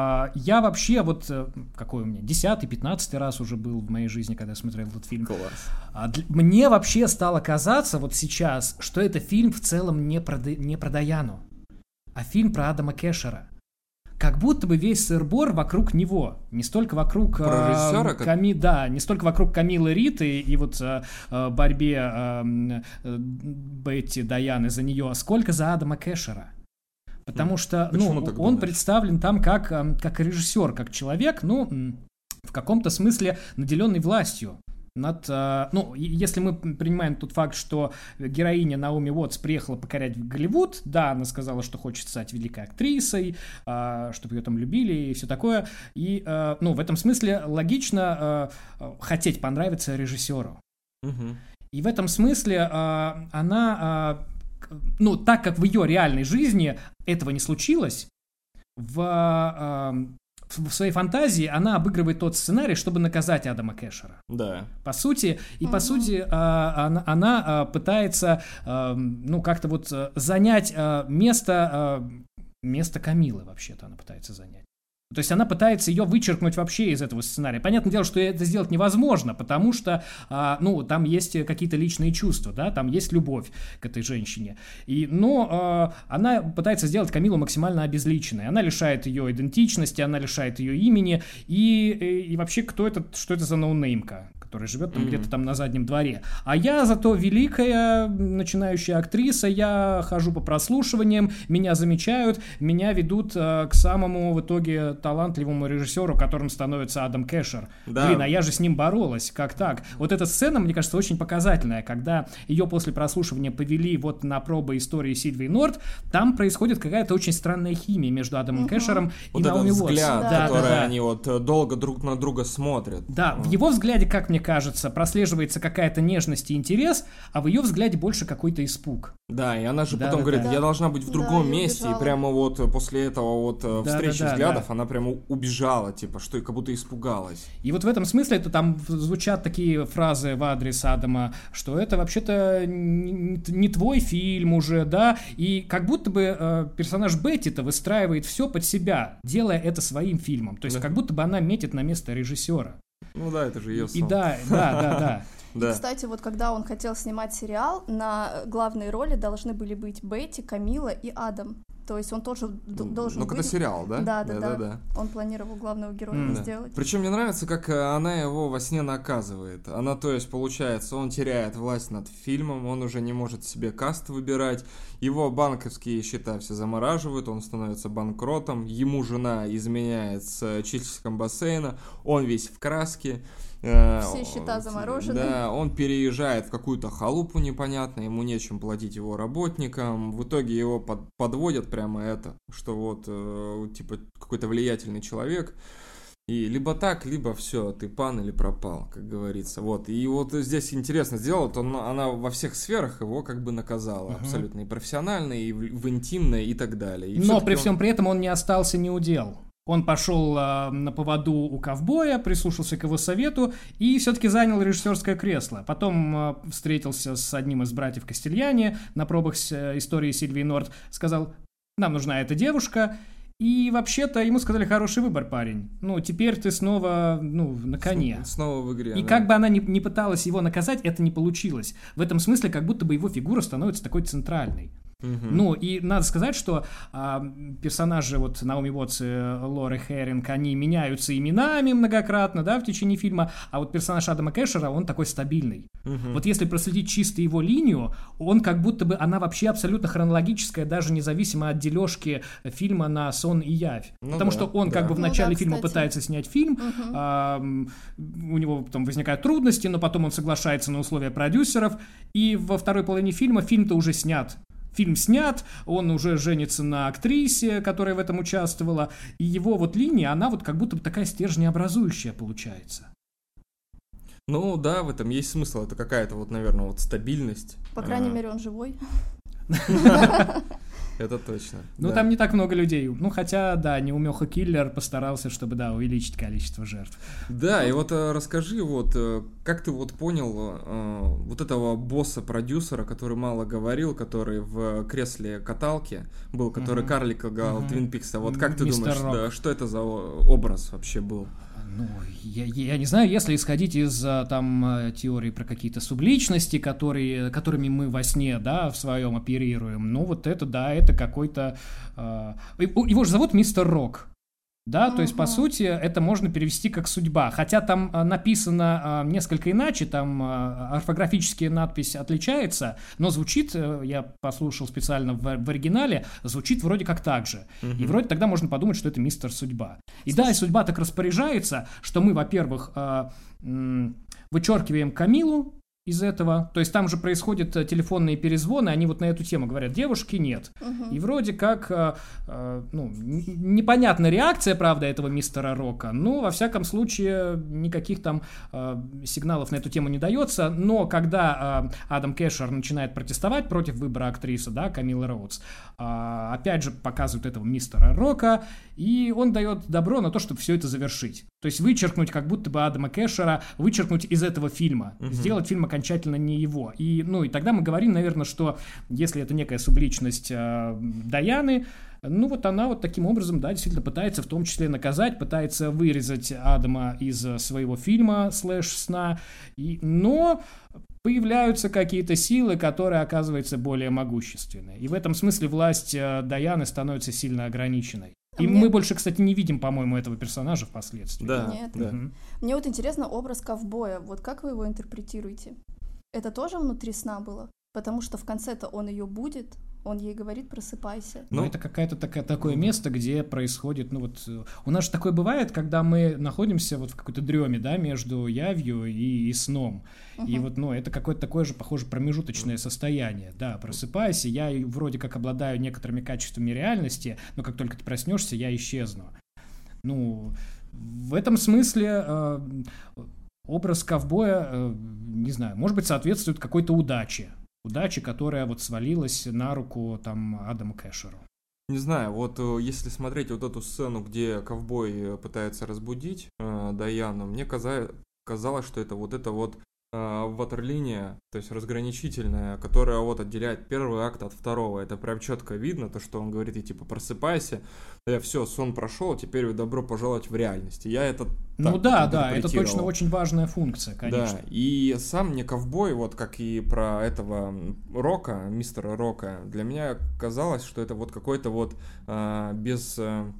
[SPEAKER 1] Я вообще вот, какой у меня, десятый, пятнадцатый раз уже был в моей жизни, когда я смотрел этот фильм.
[SPEAKER 2] Класс.
[SPEAKER 1] Мне вообще стало казаться вот сейчас, что это фильм в целом не про, не про Даяну, а фильм про Адама Кешера. Как будто бы весь сыр-бор вокруг него, не столько вокруг
[SPEAKER 2] э,
[SPEAKER 1] Ками, да, не столько вокруг Камилы Риты и вот э, борьбе э, э, Бетти Даяны за нее, сколько за Адама Кешера. Потому что ну, он думаешь? представлен там как, как режиссер, как человек, ну, в каком-то смысле наделенный властью. Над, ну, если мы принимаем тот факт, что героиня Наоми Уотс приехала покорять Голливуд, да, она сказала, что хочет стать великой актрисой, чтобы ее там любили и все такое, и, ну, в этом смысле логично хотеть понравиться режиссеру.
[SPEAKER 2] Угу. И
[SPEAKER 1] в этом смысле она, ну, так как в ее реальной жизни этого не случилось, в... в своей фантазии она обыгрывает тот сценарий, чтобы наказать Адама Кешера.
[SPEAKER 2] Да.
[SPEAKER 1] По сути, и uh-huh. по сути она, она пытается, ну, как-то вот занять место, место Камилы, вообще-то она пытается занять. То есть она пытается ее вычеркнуть вообще из этого сценария. Понятное дело, что это сделать невозможно, потому что, а, ну, там есть какие-то личные чувства, да, там есть любовь к этой женщине. И, но а, она пытается сделать Камилу максимально обезличенной. Она лишает ее идентичности, она лишает ее имени. И, и, и вообще, кто это, что это за ноунеймка, которая живет там mm-hmm. где-то там на заднем дворе. А я зато великая начинающая актриса, я хожу по прослушиваниям, меня замечают, меня ведут а, к самому в итоге талантливому режиссеру, которым становится Адам Кэшер. Да. Блин, а я же с ним боролась, как так? Вот эта сцена, мне кажется, очень показательная, когда ее после прослушивания повели вот на пробы истории Сильвии Норт, там происходит какая-то очень странная химия между Адамом uh-huh. Кэшером
[SPEAKER 2] вот
[SPEAKER 1] и Наоми Уотс.
[SPEAKER 2] Вот этот взгляд,
[SPEAKER 1] да,
[SPEAKER 2] который
[SPEAKER 1] да, да.
[SPEAKER 2] они вот долго друг на друга смотрят.
[SPEAKER 1] Да, в его взгляде, как мне кажется, прослеживается какая-то нежность и интерес, а в ее взгляде больше какой-то испуг.
[SPEAKER 2] Да, и она же
[SPEAKER 1] да,
[SPEAKER 2] потом
[SPEAKER 1] да,
[SPEAKER 2] говорит,
[SPEAKER 1] да.
[SPEAKER 2] я должна быть в другом
[SPEAKER 3] да,
[SPEAKER 2] месте,
[SPEAKER 3] убежала.
[SPEAKER 2] И прямо вот после этого вот да, встречи
[SPEAKER 1] да, да,
[SPEAKER 2] взглядов
[SPEAKER 1] да.
[SPEAKER 2] она прямо убежала, типа, что и как будто испугалась.
[SPEAKER 1] И вот в этом смысле это там звучат такие фразы в адрес Адама, что это вообще-то не, не твой фильм уже, да, и как будто бы э, персонаж Бетти-то выстраивает все под себя, делая это своим фильмом, то есть да. как будто бы она метит на место режиссера.
[SPEAKER 2] Ну да, это же ее сон.
[SPEAKER 1] И да, да, да, да.
[SPEAKER 3] Да. И, кстати, вот когда он хотел снимать сериал, на главные роли должны были быть Бетти, Камила и Адам. То есть он тоже д- должен
[SPEAKER 2] Ну,
[SPEAKER 3] быть...
[SPEAKER 2] когда сериал, да?
[SPEAKER 3] Да, да, да, да.
[SPEAKER 2] да.
[SPEAKER 3] Он планировал главного героя
[SPEAKER 2] mm,
[SPEAKER 3] сделать.
[SPEAKER 2] Да. Причем мне нравится, как она его во сне наказывает. Она, то есть, получается, он теряет власть над фильмом, он уже не может себе каст выбирать, его банковские счета все замораживают, он становится банкротом, ему жена изменяет с чистильщиком бассейна, он весь в краске.
[SPEAKER 3] Все счета заморожены.
[SPEAKER 2] Да, он переезжает в какую-то халупу непонятную, ему нечем платить его работникам. В итоге его под, подводят прямо это, что вот, э, типа, какой-то влиятельный человек. И либо так, либо все, ты пан или пропал, как говорится. Вот. И вот здесь интересно сделать, он, она во всех сферах его как бы наказала. Uh-huh. Абсолютно и профессионально, и в, в интимное, и так далее. И
[SPEAKER 1] Но при всем он... при этом он не остался неудел. Он пошел э, на поводу у ковбоя, прислушался к его совету и все-таки занял режиссерское кресло. Потом э, встретился с одним из братьев Кастильяни на пробах с, э, истории Сильвии Норт, сказал, нам нужна эта девушка. И вообще-то ему сказали, хороший выбор, парень. Ну, теперь ты снова, ну, на коне.
[SPEAKER 2] Снова в игре,
[SPEAKER 1] И
[SPEAKER 2] да.
[SPEAKER 1] как бы она ни, ни пыталась его наказать, это не получилось. В этом смысле, как будто бы его фигура становится такой центральной. Uh-huh. Ну, и надо сказать, что а, персонажи вот Наоми Уотс и Лоры Херринг, они меняются именами многократно, да, в течение фильма, а вот персонаж Адама Кэшера, он такой стабильный. Uh-huh. Вот если проследить чисто его линию, он как будто бы, она вообще абсолютно хронологическая, даже независимо от дележки фильма на сон и явь. Ну Потому да, что он да. как бы в начале ну да, фильма пытается снять фильм, uh-huh. а, у него потом возникают трудности, но потом он соглашается на условия продюсеров, и во второй половине фильма фильм-то уже снят. Фильм снят, он уже женится на актрисе, которая в этом участвовала, и его вот линия, она вот как будто бы такая стержнеобразующая получается.
[SPEAKER 2] Ну да, в этом есть смысл, это какая-то вот, наверное, вот стабильность.
[SPEAKER 3] По крайней мере, он живой.
[SPEAKER 2] Это точно.
[SPEAKER 1] Ну,
[SPEAKER 2] да.
[SPEAKER 1] Там не так много людей. Ну, хотя, да, неумеха киллер постарался, чтобы, да, увеличить количество жертв.
[SPEAKER 2] Да, и вот э, расскажи, вот, э, как ты вот понял э, вот этого босса-продюсера, который мало говорил, который в кресле каталки был, который uh-huh. карлик играл uh-huh. Твин Пикса. Вот как ты
[SPEAKER 1] Мистер
[SPEAKER 2] думаешь,
[SPEAKER 1] Рок.
[SPEAKER 2] Да, что это за образ вообще был?
[SPEAKER 1] Ну, я, я не знаю, если исходить из там теории про какие-то субличности, которые, которыми мы во сне, да, в своем оперируем, ну вот это, да, это какой-то... Э, его же зовут Мистер Рок. Да, uh-huh. то есть, по сути, это можно перевести как судьба. Хотя там а, написано а, несколько иначе, там а, орфографическая надпись отличается, но звучит, я послушал специально в, в оригинале, звучит вроде как так же. Uh-huh. И вроде тогда можно подумать, что это мистер Судьба. И Слушай. Да, и судьба так распоряжается, что мы, во-первых, а, м- вычеркиваем Камилу из этого, то есть там же происходят телефонные перезвоны, они вот на эту тему говорят, девушки нет. Uh-huh. И вроде как, э, э, ну, н- непонятна реакция, правда, этого мистера Рока, но, во всяком случае, никаких там э, сигналов на эту тему не дается, но когда э, Адам Кэшер начинает протестовать против выбора актрисы, да, Камилы Роудс, э, опять же показывают этого мистера Рока, и он дает добро на то, чтобы все это завершить. То есть вычеркнуть как будто бы Адама Кэшера, вычеркнуть из этого фильма, uh-huh. сделать фильм окончательно не его. И, ну, и тогда мы говорим, наверное, что если это некая субличность э, Даяны, Ну вот она вот таким образом, да, действительно пытается в том числе наказать, пытается вырезать Адама из своего фильма «Слэш сна», и, но появляются какие-то силы, которые оказываются более могущественны. И в этом смысле власть Даяны становится сильно ограниченной. И мне... мы больше, кстати, не видим, по-моему, этого персонажа впоследствии.
[SPEAKER 2] Да,
[SPEAKER 3] Нет.
[SPEAKER 2] да.
[SPEAKER 3] Угу. Мне вот интересно образ ковбоя. Вот как вы его интерпретируете? Это тоже внутри сна было? Потому что в конце-то он ее будет, он ей говорит «просыпайся».
[SPEAKER 1] Ну, это какое-то такое, такое место, где происходит, ну вот, у нас же такое бывает, когда мы находимся вот в какой-то дреме, да, между явью и, и сном. Uh-huh. И вот, ну, это какое-то такое же, похоже, промежуточное состояние. Да, просыпайся, я вроде как обладаю некоторыми качествами реальности, но как только ты проснешься, я исчезну. Ну, в этом смысле э, образ ковбоя, э, не знаю, может быть, соответствует какой-то удаче. Удачи, которая вот свалилась на руку там Адаму Кэшеру.
[SPEAKER 2] Не знаю, вот если смотреть вот эту сцену, где ковбой пытается разбудить э, Даяну, мне казалось, казалось, что это вот это вот э, ватерлиния, то есть разграничительная, которая вот отделяет первый акт от второго. Это прям четко видно, то, что он говорит, и типа просыпайся, я все, сон прошел, теперь вы добро пожаловать в реальность. Я это
[SPEAKER 1] Ну да, да, это точно очень важная функция, конечно.
[SPEAKER 2] Да, и сам мне ковбой, вот как и про этого Рока, мистера Рока, для меня казалось, что это вот какой-то вот а, без...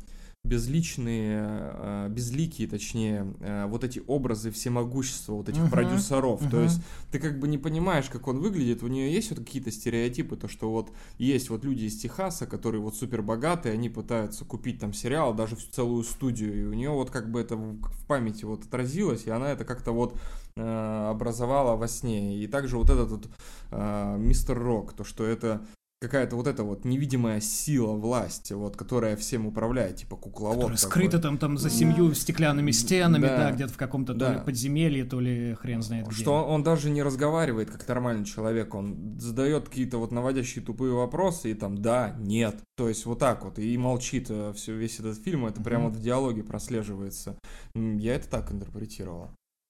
[SPEAKER 2] безличные, безликие, точнее, вот эти образы всемогущества, вот этих uh-huh, продюсеров. Uh-huh. То есть ты как бы не понимаешь, как он выглядит, у нее есть вот какие-то стереотипы, то, что вот есть вот люди из Техаса, которые вот супер богатые, они пытаются купить там сериал, даже целую студию, и у нее вот как бы это в памяти вот отразилось, и она это как-то вот э, образовала во сне. И также вот этот вот э, мистер Рок, то, что это какая-то вот эта вот невидимая сила власти, вот, которая всем управляет, типа кукловод.
[SPEAKER 1] Которая скрыта там, там за семью да. стеклянными стенами, да, да где-то в каком-то да. то ли подземелье, то ли хрен знает где.
[SPEAKER 2] Что он, он даже не разговаривает как нормальный человек, он задает какие-то вот наводящие тупые вопросы, и там да, нет. То есть вот так вот, и молчит все, весь этот фильм, это mm-hmm. прямо в диалоге прослеживается. Я это так интерпретировала.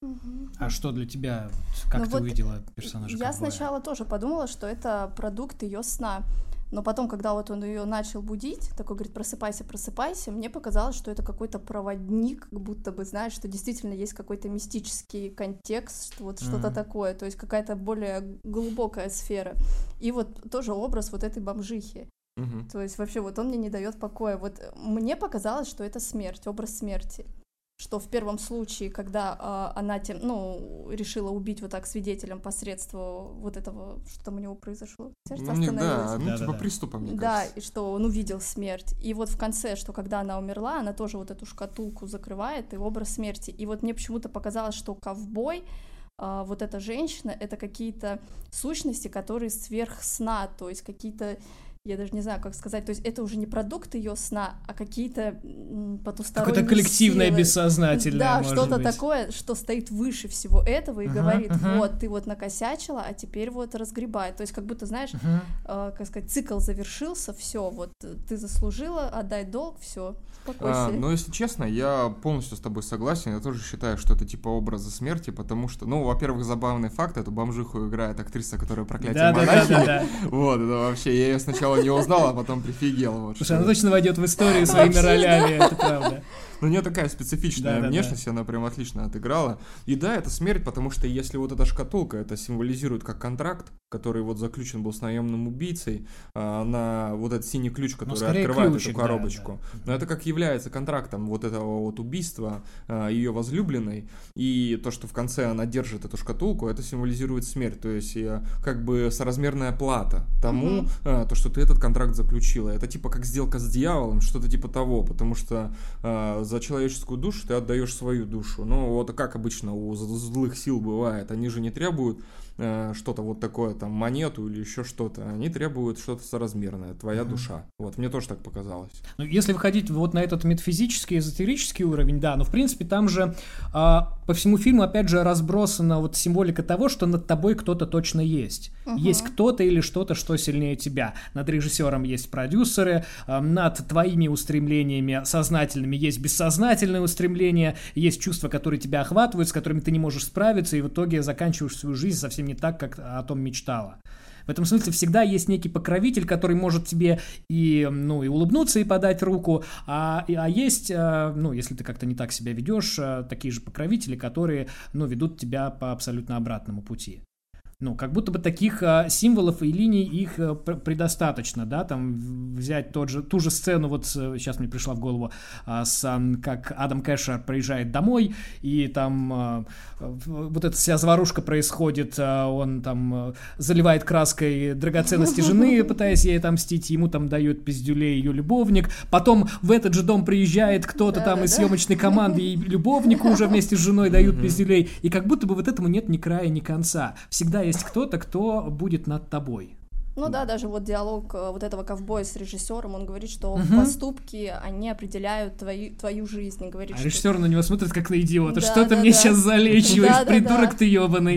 [SPEAKER 1] А что для тебя, как ну ты вот увидела персонажа
[SPEAKER 3] Я
[SPEAKER 1] ковбоя?
[SPEAKER 3] Сначала тоже подумала, что это продукт ее сна, но потом, когда вот он ее начал будить, такой говорит, просыпайся, просыпайся, мне показалось, что это какой-то проводник, как будто бы, знаешь, что действительно есть какой-то мистический контекст, вот mm-hmm. что-то такое, то есть какая-то более глубокая сфера. И вот тоже образ вот этой бомжихи. Mm-hmm. То есть вообще вот он мне не дает покоя. Вот мне показалось, что это смерть, образ смерти. Что в первом случае, когда э, она тем, ну, решила убить вот так свидетелем посредством вот этого, что там у него произошло, сердце
[SPEAKER 2] ну,
[SPEAKER 3] остановилось.
[SPEAKER 2] Да, ну
[SPEAKER 1] да,
[SPEAKER 2] типа
[SPEAKER 1] да,
[SPEAKER 2] приступа, мне
[SPEAKER 3] да,
[SPEAKER 2] кажется.
[SPEAKER 3] и что он увидел смерть. И вот в конце, что когда она умерла, она тоже вот эту шкатулку закрывает, и образ смерти. И вот мне почему-то показалось, что ковбой, э, вот эта женщина, это какие-то сущности, которые сверх сна, то есть какие-то... Я даже не знаю, как сказать. То есть это уже не продукт ее сна, а какие-то потусторонние
[SPEAKER 1] Какое-то коллективное,
[SPEAKER 3] силы.
[SPEAKER 1] бессознательное,
[SPEAKER 3] Да,
[SPEAKER 1] может
[SPEAKER 3] что-то
[SPEAKER 1] быть.
[SPEAKER 3] такое, что стоит выше всего этого и uh-huh, говорит,
[SPEAKER 1] uh-huh.
[SPEAKER 3] вот, ты вот накосячила, а теперь вот разгребай. То есть как будто, знаешь, uh-huh. э, как сказать, цикл завершился, все, вот, ты заслужила, отдай долг, все, успокойся.
[SPEAKER 2] А, но если честно, я полностью с тобой согласен. Я тоже считаю, что это типа образы смерти, потому что, ну, во-первых, забавный факт, эту бомжиху играет актриса, которая «Проклятие монахини».
[SPEAKER 1] Да, да, да.
[SPEAKER 2] Вот, это вообще, я ее сначала не узнал, а потом прифигел. Вот,
[SPEAKER 1] Слушай, она точно войдет в историю своими ролями, это правда.
[SPEAKER 2] Ну, у нее такая специфичная
[SPEAKER 1] да,
[SPEAKER 2] внешность,
[SPEAKER 1] да, да.
[SPEAKER 2] она прям отлично отыграла. И да, это смерть, потому что если вот эта шкатулка, это символизирует как контракт, который вот заключен был с наемным убийцей, а, на вот этот синий ключ, который ну, открывает ключик, эту коробочку. Да, да. Но это как является контрактом вот этого вот убийства а, ее возлюбленной. И то, что в конце она держит эту шкатулку, это символизирует смерть. То есть как бы соразмерная плата тому, mm-hmm. а, то, что ты этот контракт заключила. Это типа как сделка с дьяволом, что-то типа того, потому что а, за человеческую душу ты отдаешь свою душу. Ну, вот как обычно у злых сил бывает. Они же не требуют э, что-то вот такое, там, монету или еще что-то. Они требуют что-то соразмерное. Твоя mm-hmm. душа. Вот, мне тоже так показалось.
[SPEAKER 1] Ну, если выходить вот на этот метафизический, эзотерический уровень, да, но в принципе там же э, по всему фильму, опять же, разбросана вот символика того, что над тобой кто-то точно есть. Uh-huh. Есть кто-то или что-то, что сильнее тебя. Над режиссером есть продюсеры, э, над твоими устремлениями сознательными есть бессознательные устремления, есть чувства, которые тебя охватывают, с которыми ты не можешь справиться, и в итоге заканчиваешь свою жизнь совсем не так, как о том мечтала. В этом смысле всегда есть некий покровитель, который может тебе и, ну, и улыбнуться, и подать руку, а, а есть, ну, если ты как-то не так себя ведешь, такие же покровители, которые, ну, ведут тебя по абсолютно обратному пути. Ну, как будто бы таких а, символов и линий их а, предостаточно, да, там взять тот же, ту же сцену, вот сейчас мне пришла в голову, а, с, а, как Адам Кэшер приезжает домой, и там а, вот эта вся заварушка происходит, а, он там а, заливает краской драгоценности жены, пытаясь ей отомстить, ему там дают пиздюлей ее любовник, потом в этот же дом приезжает кто-то да, там да, из да. съемочной команды, и любовнику уже вместе с женой дают пиздюлей, и как будто бы вот этому нет ни края, ни конца. Всегда есть есть кто-то, кто будет над тобой.
[SPEAKER 3] Ну да, даже вот диалог вот этого ковбоя с режиссером, он говорит, что угу. поступки, они определяют твою, твою жизнь. Говорит,
[SPEAKER 1] а
[SPEAKER 3] что...
[SPEAKER 1] режиссер на него смотрит как на идиота. Да, что
[SPEAKER 3] да,
[SPEAKER 1] ты
[SPEAKER 3] да,
[SPEAKER 1] мне
[SPEAKER 3] да.
[SPEAKER 1] сейчас залечиваешь, да, придурок да, да. ты ебаный.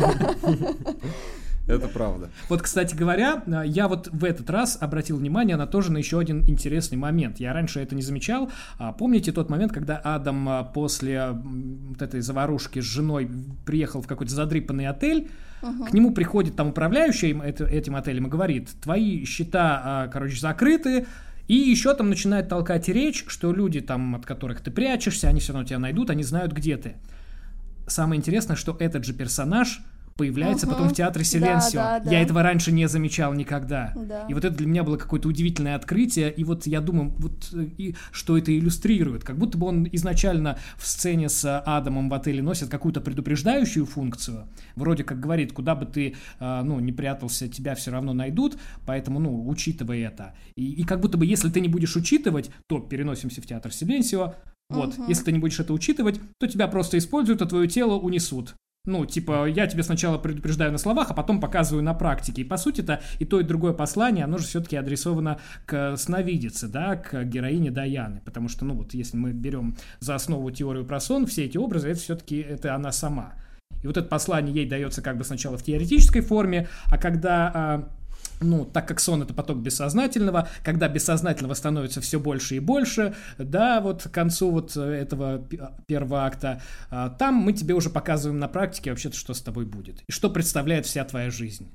[SPEAKER 2] Это правда.
[SPEAKER 1] Вот, кстати говоря, я вот в этот раз обратил внимание на тоже на еще один интересный момент. Я раньше это не замечал. Помните тот момент, когда Адам после вот этой заварушки с женой приехал в какой-то задрипанный отель, uh-huh. к нему приходит там управляющий этим отелем и говорит: твои счета, короче, закрыты. И еще там начинает толкать речь, что люди, там, от которых ты прячешься, они все равно тебя найдут, они знают, где ты. Самое интересное, что этот же персонаж появляется угу. потом в театре Силенсио. Да, да, да. Я этого раньше не замечал никогда. Да. И вот это для меня было какое-то удивительное открытие. И вот я думаю, вот, и, что это иллюстрирует. Как будто бы он изначально в сцене с Адамом в отеле носит какую-то предупреждающую функцию. Вроде как говорит, куда бы ты э, ну, не прятался, тебя все равно найдут. Поэтому, ну, учитывай это. И, и как будто бы, если ты не будешь учитывать, то переносимся в театр Силенсио. Вот. Угу. Если ты не будешь это учитывать, то тебя просто используют, а твое тело унесут. Ну, типа, я тебе сначала предупреждаю на словах, а потом показываю на практике. И, по сути-то, и то, и другое послание, оно же все-таки адресовано к сновидице, да, к героине Даяны. Потому что, ну, вот, если мы берем за основу теорию про сон, все эти образы, это все-таки, это она сама. И вот это послание ей дается как бы сначала в теоретической форме, а когда... Ну, так как сон — это поток бессознательного, когда бессознательного становится все больше и больше, да, вот к концу вот этого первого акта, там мы тебе уже показываем на практике вообще-то, что с тобой будет, и что представляет вся твоя жизнь.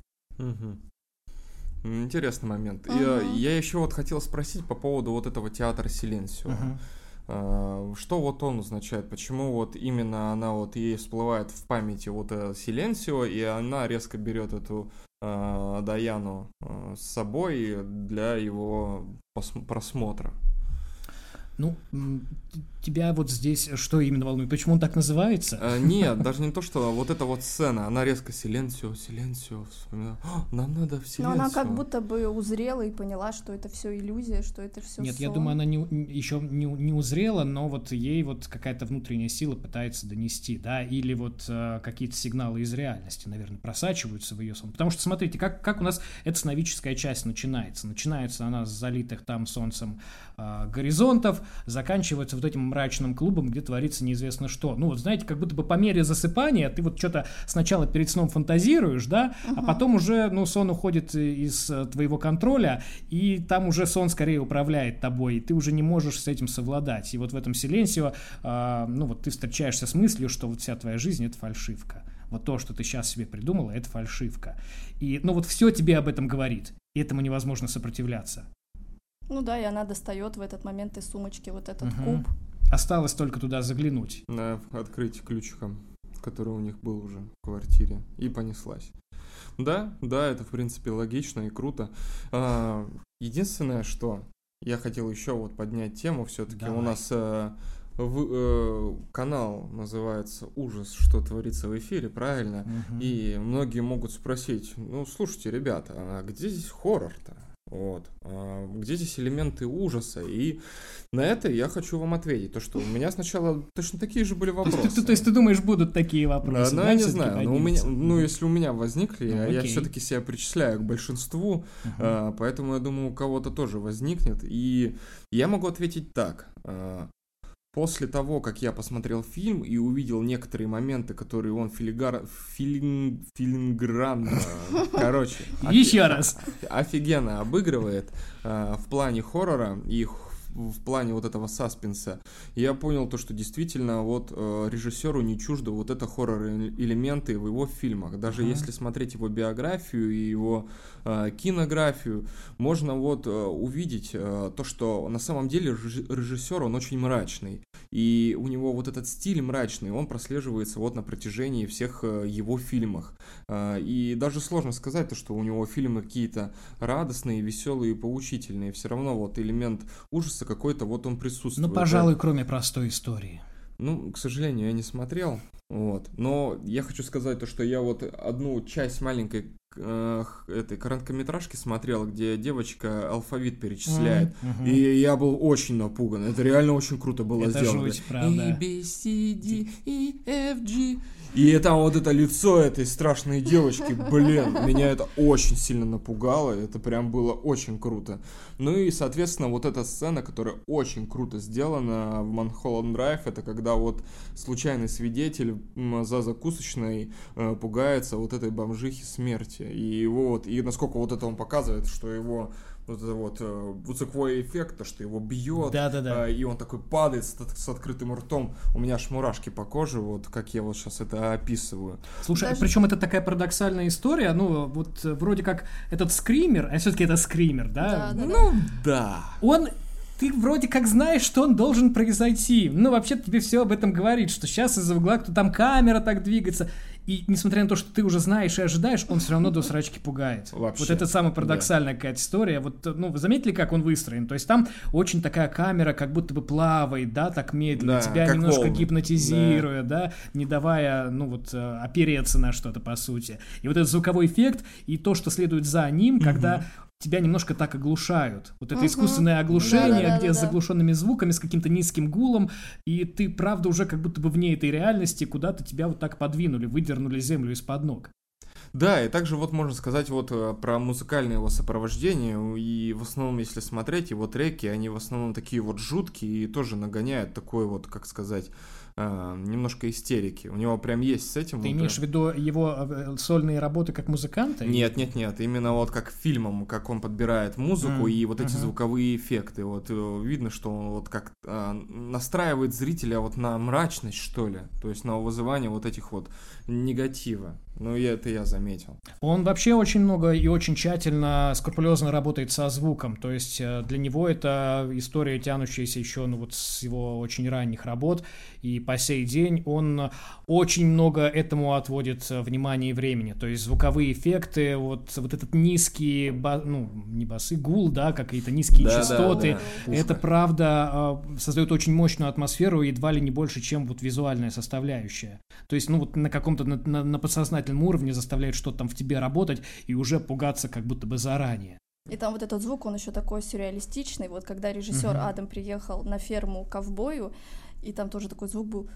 [SPEAKER 2] Угу. Интересный момент. Угу. Я, я еще вот хотел спросить по поводу вот этого театра Силенсио. Угу. Что вот он означает? Почему вот именно она вот ей всплывает в памяти вот Силенсио, и она резко берет эту э, Даяну э, с собой для его пос- просмотра?
[SPEAKER 1] Ну, тебя вот здесь что именно волнует? Почему он так называется?
[SPEAKER 2] А, нет, даже не то, что вот эта вот сцена, она резко Силенсио, Силенсио, нам надо в Силенсио.
[SPEAKER 3] Но она как будто бы узрела и поняла, что это все иллюзия, что это все
[SPEAKER 1] Нет,
[SPEAKER 3] сон.
[SPEAKER 1] я думаю, она не, еще не, не узрела, но вот ей вот какая-то внутренняя сила пытается донести, да, или вот э, какие-то сигналы из реальности, наверное, просачиваются в ее сон. Потому что, смотрите, как, как у нас эта сновидческая часть начинается. Начинается она с залитых там солнцем э, горизонтов, заканчивается вот этим мрачным клубом, где творится неизвестно что. Ну вот, знаете, как будто бы по мере засыпания ты вот что-то сначала перед сном фантазируешь, да, uh-huh. а потом уже, ну, сон уходит из твоего контроля, и там уже сон скорее управляет тобой, и ты уже не можешь с этим совладать. И вот в этом Силенсио, э, ну вот ты встречаешься с мыслью, что вот вся твоя жизнь — это фальшивка. Вот то, что ты сейчас себе придумала, это фальшивка. И, ну вот все тебе об этом говорит, и этому невозможно сопротивляться.
[SPEAKER 3] Ну да, и она достает в этот момент из сумочки вот этот
[SPEAKER 1] угу.
[SPEAKER 3] куб.
[SPEAKER 1] Осталось только туда заглянуть.
[SPEAKER 2] Да, открыть ключиком, который у них был уже в квартире, и понеслась. Да, да, это в принципе логично и круто. А, единственное, что я хотел еще вот поднять тему, все-таки Давай. У нас а, в, а, канал называется «Ужас, что творится в эфире», правильно? Угу. И многие могут спросить: ну, слушайте, ребята, а где здесь хоррор-то? Вот. А где здесь элементы ужаса? И на это я хочу вам ответить. То, что у меня сначала точно такие же были вопросы.
[SPEAKER 1] То есть ты думаешь, будут такие вопросы?
[SPEAKER 2] Ну, я не знаю. Но у меня, ну, если у меня возникли, ну, я все-таки себя причисляю к большинству, uh-huh. а, поэтому я думаю, у кого-то тоже возникнет. И я могу ответить так. После того, как я посмотрел фильм и увидел некоторые моменты, которые он филигар... филин... филингранно, короче,
[SPEAKER 1] еще раз,
[SPEAKER 2] офигенно обыгрывает э, в плане хоррора и в в, в плане вот этого саспенса. И я понял то, что действительно вот э, режиссеру не чуждо вот это хоррор-элементы в его фильмах. Даже uh-huh. если смотреть его биографию и его э, кинографию, можно вот э, увидеть э, то, что на самом деле режиссер, он очень мрачный. И у него вот этот стиль мрачный, он прослеживается вот на протяжении всех э, его фильмах. Э, и даже сложно сказать, то, что у него фильмы какие-то радостные, веселые, поучительные. Все равно вот элемент ужаса какой-то вот он присутствует.
[SPEAKER 1] Ну, пожалуй, да? Кроме простой истории.
[SPEAKER 2] Ну, к сожалению, я не смотрел. Вот. Но я хочу сказать то, что я вот одну часть маленькой э, этой короткометражки смотрел, где девочка алфавит перечисляет. Mm-hmm. И я был очень напуган. Это реально очень круто было
[SPEAKER 1] это
[SPEAKER 2] сделано.
[SPEAKER 1] Жуть, правда.
[SPEAKER 2] A, B, C, D, E, F, G. И там вот это лицо этой страшной девочки, блин, меня это очень сильно напугало, это прям было очень круто. Ну и, соответственно, вот эта сцена, которая очень круто сделана в Mulholland Drive, это когда вот случайный свидетель за закусочной э, пугается вот этой бомжихи смерти. И его вот, и насколько вот это он показывает, что его... вот это вот э, звуковой эффект, то, что его бьет,
[SPEAKER 1] да, да, да.
[SPEAKER 2] Э, и он такой падает с, с открытым ртом. У меня аж мурашки по коже, вот как я вот сейчас это описываю.
[SPEAKER 1] Слушай,
[SPEAKER 3] Даже...
[SPEAKER 1] причем это такая парадоксальная история, ну, вот вроде как этот скример, а все-таки это скример, да?
[SPEAKER 3] Да, да,
[SPEAKER 2] ну,
[SPEAKER 3] да.
[SPEAKER 2] да.
[SPEAKER 1] Он... Ты вроде как знаешь, что он должен произойти. Ну, вообще-то тебе все об этом говорит, что сейчас из-за угла кто там камера так двигается. И несмотря на то, что ты уже знаешь и ожидаешь, он все равно до срачки пугает.
[SPEAKER 2] Вообще,
[SPEAKER 1] вот это самая парадоксальная да. какая-то история. Вот, ну, вы заметили, как он выстроен? То есть там очень такая камера, как будто бы плавает, да, так медленно,
[SPEAKER 2] да,
[SPEAKER 1] тебя немножко
[SPEAKER 2] волны.
[SPEAKER 1] гипнотизируя, да.
[SPEAKER 2] да,
[SPEAKER 1] не давая, ну, вот, опереться на что-то, по сути. И вот этот звуковой эффект, и то, что следует за ним, mm-hmm. когда... тебя немножко так оглушают. Вот это uh-huh. искусственное оглушение, да, да, где да, с заглушенными звуками, с каким-то низким гулом, и ты, правда, уже как будто бы вне этой реальности куда-то тебя вот так подвинули, выдернули землю из-под ног.
[SPEAKER 2] Да, и также вот можно сказать вот про музыкальное его сопровождение, и в основном, если смотреть, его треки, они в основном такие вот жуткие и тоже нагоняют такой вот, как сказать, немножко истерики. У него прям есть с этим.
[SPEAKER 1] Ты имеешь
[SPEAKER 2] прям...
[SPEAKER 1] в виду его сольные работы как музыканта?
[SPEAKER 2] Нет, нет, нет. Именно вот как фильмом, как он подбирает музыку mm. и вот эти uh-huh. звуковые эффекты. Вот видно, что он вот как а, настраивает зрителя вот на мрачность, что ли. То есть на вызывание вот этих вот негатива. Ну, и это я заметил.
[SPEAKER 1] Он вообще очень много и очень тщательно, скрупулезно работает со звуком. То есть для него это история, тянущаяся еще ну, вот с его очень ранних работ. И по сей день он очень много этому отводит внимания и времени. То есть звуковые эффекты, вот, вот этот низкий, ба, ну, не басы, гул, да, какие-то низкие да, частоты. Да, да. Это, правда, создает очень мощную атмосферу, едва ли не больше, чем вот визуальная составляющая. То есть, ну, вот на каком-то, на, на, на подсознательном уровне заставляет что-то там в тебе работать и уже пугаться как будто бы заранее.
[SPEAKER 3] И там вот этот звук, он еще такой сюрреалистичный. Вот когда режиссер uh-huh. Адам приехал на ферму к ковбою, и там тоже такой звук был,